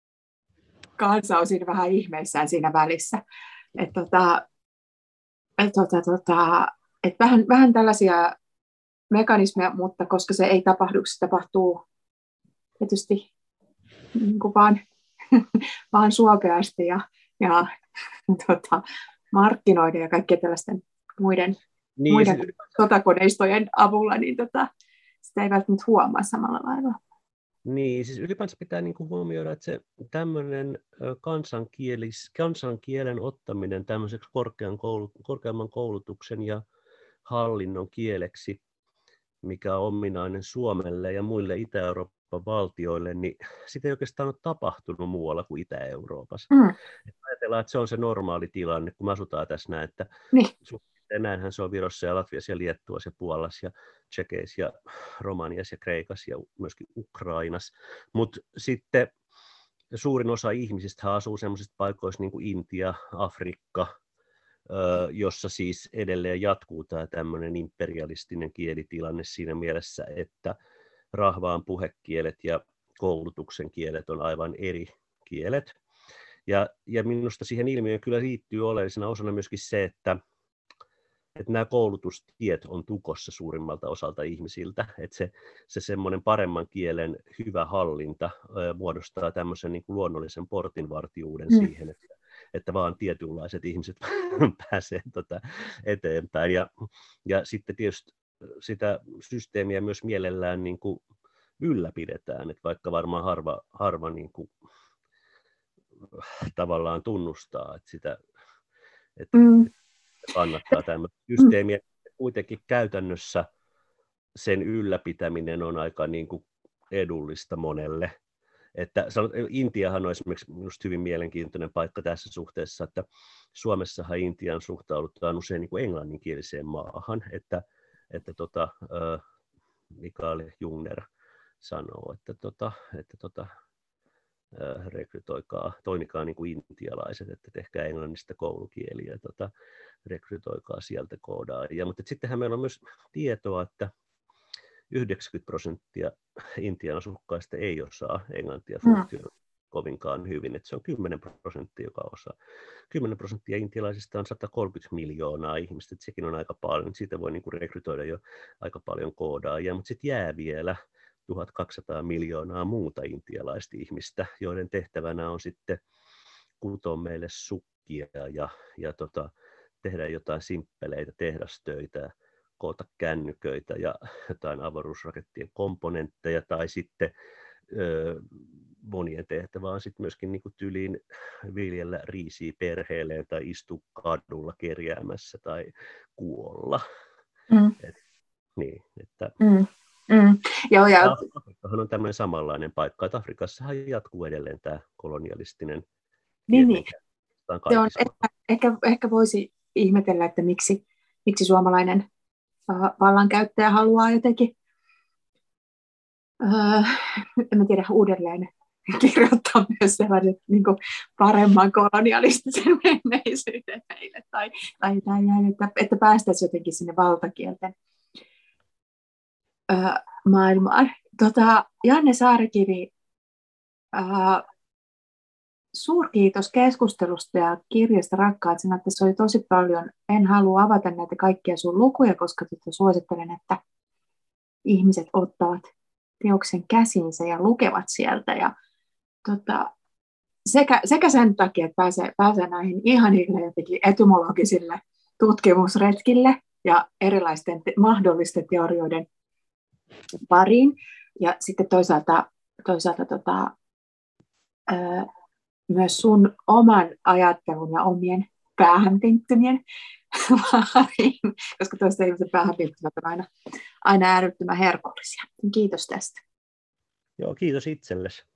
kansa on siinä vähän ihmeissään siinä välissä. Et tota, et tota, tota, et vähän, vähän tällaisia mekanismeja, mutta koska se ei tapahdu, se tapahtuu tietysti niin kuin vaan, vaan suopeasti ja, ja tota, markkinoiden ja kaikkien tällaisten muiden, niin, muiden se sotakoneistojen avulla, niin tota, sitä ei välttämättä huomaa samalla lailla. Niin, siis ylipäänsä pitää niinku huomioida, että se tämmöinen kansankielis, kansankielen ottaminen tämmöiseksi korkean koulut, korkeamman koulutuksen ja hallinnon kieleksi, mikä on ominainen Suomelle ja muille Itä-Euroopan valtioille, niin sitä ei oikeastaan ole tapahtunut muualla kuin Itä-Euroopassa. Mm. Ajatellaan, että se on se normaali tilanne, kun me asutaan tässä näin, että niin. Näinhän se on Virossa ja Latviassa ja Liettuassa ja Puolassa ja Tšekeissa ja Romaniassa ja Kreikassa ja myöskin Ukrainassa. Mutta sitten suurin osa ihmisistä asuu sellaisissa paikoissa niin kuin Intia, Afrikka, jossa siis edelleen jatkuu tämä tämmöinen imperialistinen kielitilanne siinä mielessä, että rahvaan puhekielet ja koulutuksen kielet on aivan eri kielet. Ja, ja minusta siihen ilmiöön kyllä liittyy oleellisena osana myöskin se, että että nämä koulutustiet on tukossa suurimmalta osalta ihmisiltä, että se, se semmoinen paremman kielen hyvä hallinta ö, muodostaa tämmöisen niin kuin luonnollisen portinvartijuuden mm. siihen, että, että vaan tietynlaiset ihmiset pääsee tota eteenpäin. Ja, ja sitten tietysti sitä systeemiä myös mielellään niin kuin ylläpidetään, että vaikka varmaan harva, harva niin kuin tavallaan tunnustaa, että sitä että, mm. kannattaa tämmöistä systeemiä. Kuitenkin käytännössä sen ylläpitäminen on aika niin kuin edullista monelle. Että Intiahan on esimerkiksi minusta hyvin mielenkiintoinen paikka tässä suhteessa, että Suomessahan Intiaan suhtaudutaan usein niin kuin englanninkieliseen maahan, että, että tota, Mikael Jungner sanoo, että, tota, että tota, rekrytoikaa, toimikaa niin kuin intialaiset, että tehkää englannista koulukieliä, tota, rekrytoikaa sieltä koodaajia. Mutta sittenhän meillä on myös tietoa, että yhdeksänkymmentä prosenttia Intian asukkaista ei osaa englantia funktiota mm. kovinkaan hyvin, että se on kymmenen prosenttia, joka osaa. kymmenen prosenttia intialaisista on sata kolmekymmentä miljoonaa ihmistä, että sekin on aika paljon, siitä voi niin kuin rekrytoida jo aika paljon koodaajia, mutta sitten jää vielä tuhatkaksisataa miljoonaa muuta intialaista ihmistä, joiden tehtävänä on sitten kutoa meille sukkia ja, ja tota, tehdä jotain simppeleitä tehdastöitä, koota kännyköitä ja jotain avaruusrakettien komponentteja, tai sitten ö, monien tehtävä on sitten myöskin niin kuin tyliin viljellä riisiä perheelleen tai istua kadulla kerjäämässä tai kuolla. Mm. Et, niin, että... mm. Mm. Joo, ja... Afrikkahan on tämmöinen samanlainen paikka, että Afrikassahan jatkuu edelleen tämä kolonialistinen Niin, niin. Se on, ehkä, ehkä, ehkä voisi ihmetellä, että miksi, miksi suomalainen vallankäyttäjä haluaa jotenkin, öö, en tiedä, uudelleen kirjoittaa myös sellaisen niin kuin paremman kolonialistisen menneisyyden meille, tai, tai, tai että, että päästäisiin jotenkin sinne valtakielten öö, maailmaan. Tota, Janne Saarikivi, öö, suurkiitos keskustelusta ja kirjasta Rakkaat sanat. Tässä oli tosi paljon. En halua avata näitä kaikkia sun lukuja, koska tota suosittelen, että ihmiset ottavat teoksen käsinsä ja lukevat sieltä. Ja, tota, sekä, sekä sen takia, että pääsee, pääsee näihin ihanille jotenkin etymologisille tutkimusretkille ja erilaisten te- mahdollisten teorioiden pariin. Ja sitten toisaalta, toisaalta tota, öö, myös sun oman ajattelun ja omien päähänpinttymien pariin, koska toista ihmisen päähänpinttymät on aina, aina äärettömän herkullisia. Kiitos tästä. Joo, kiitos itsellesi.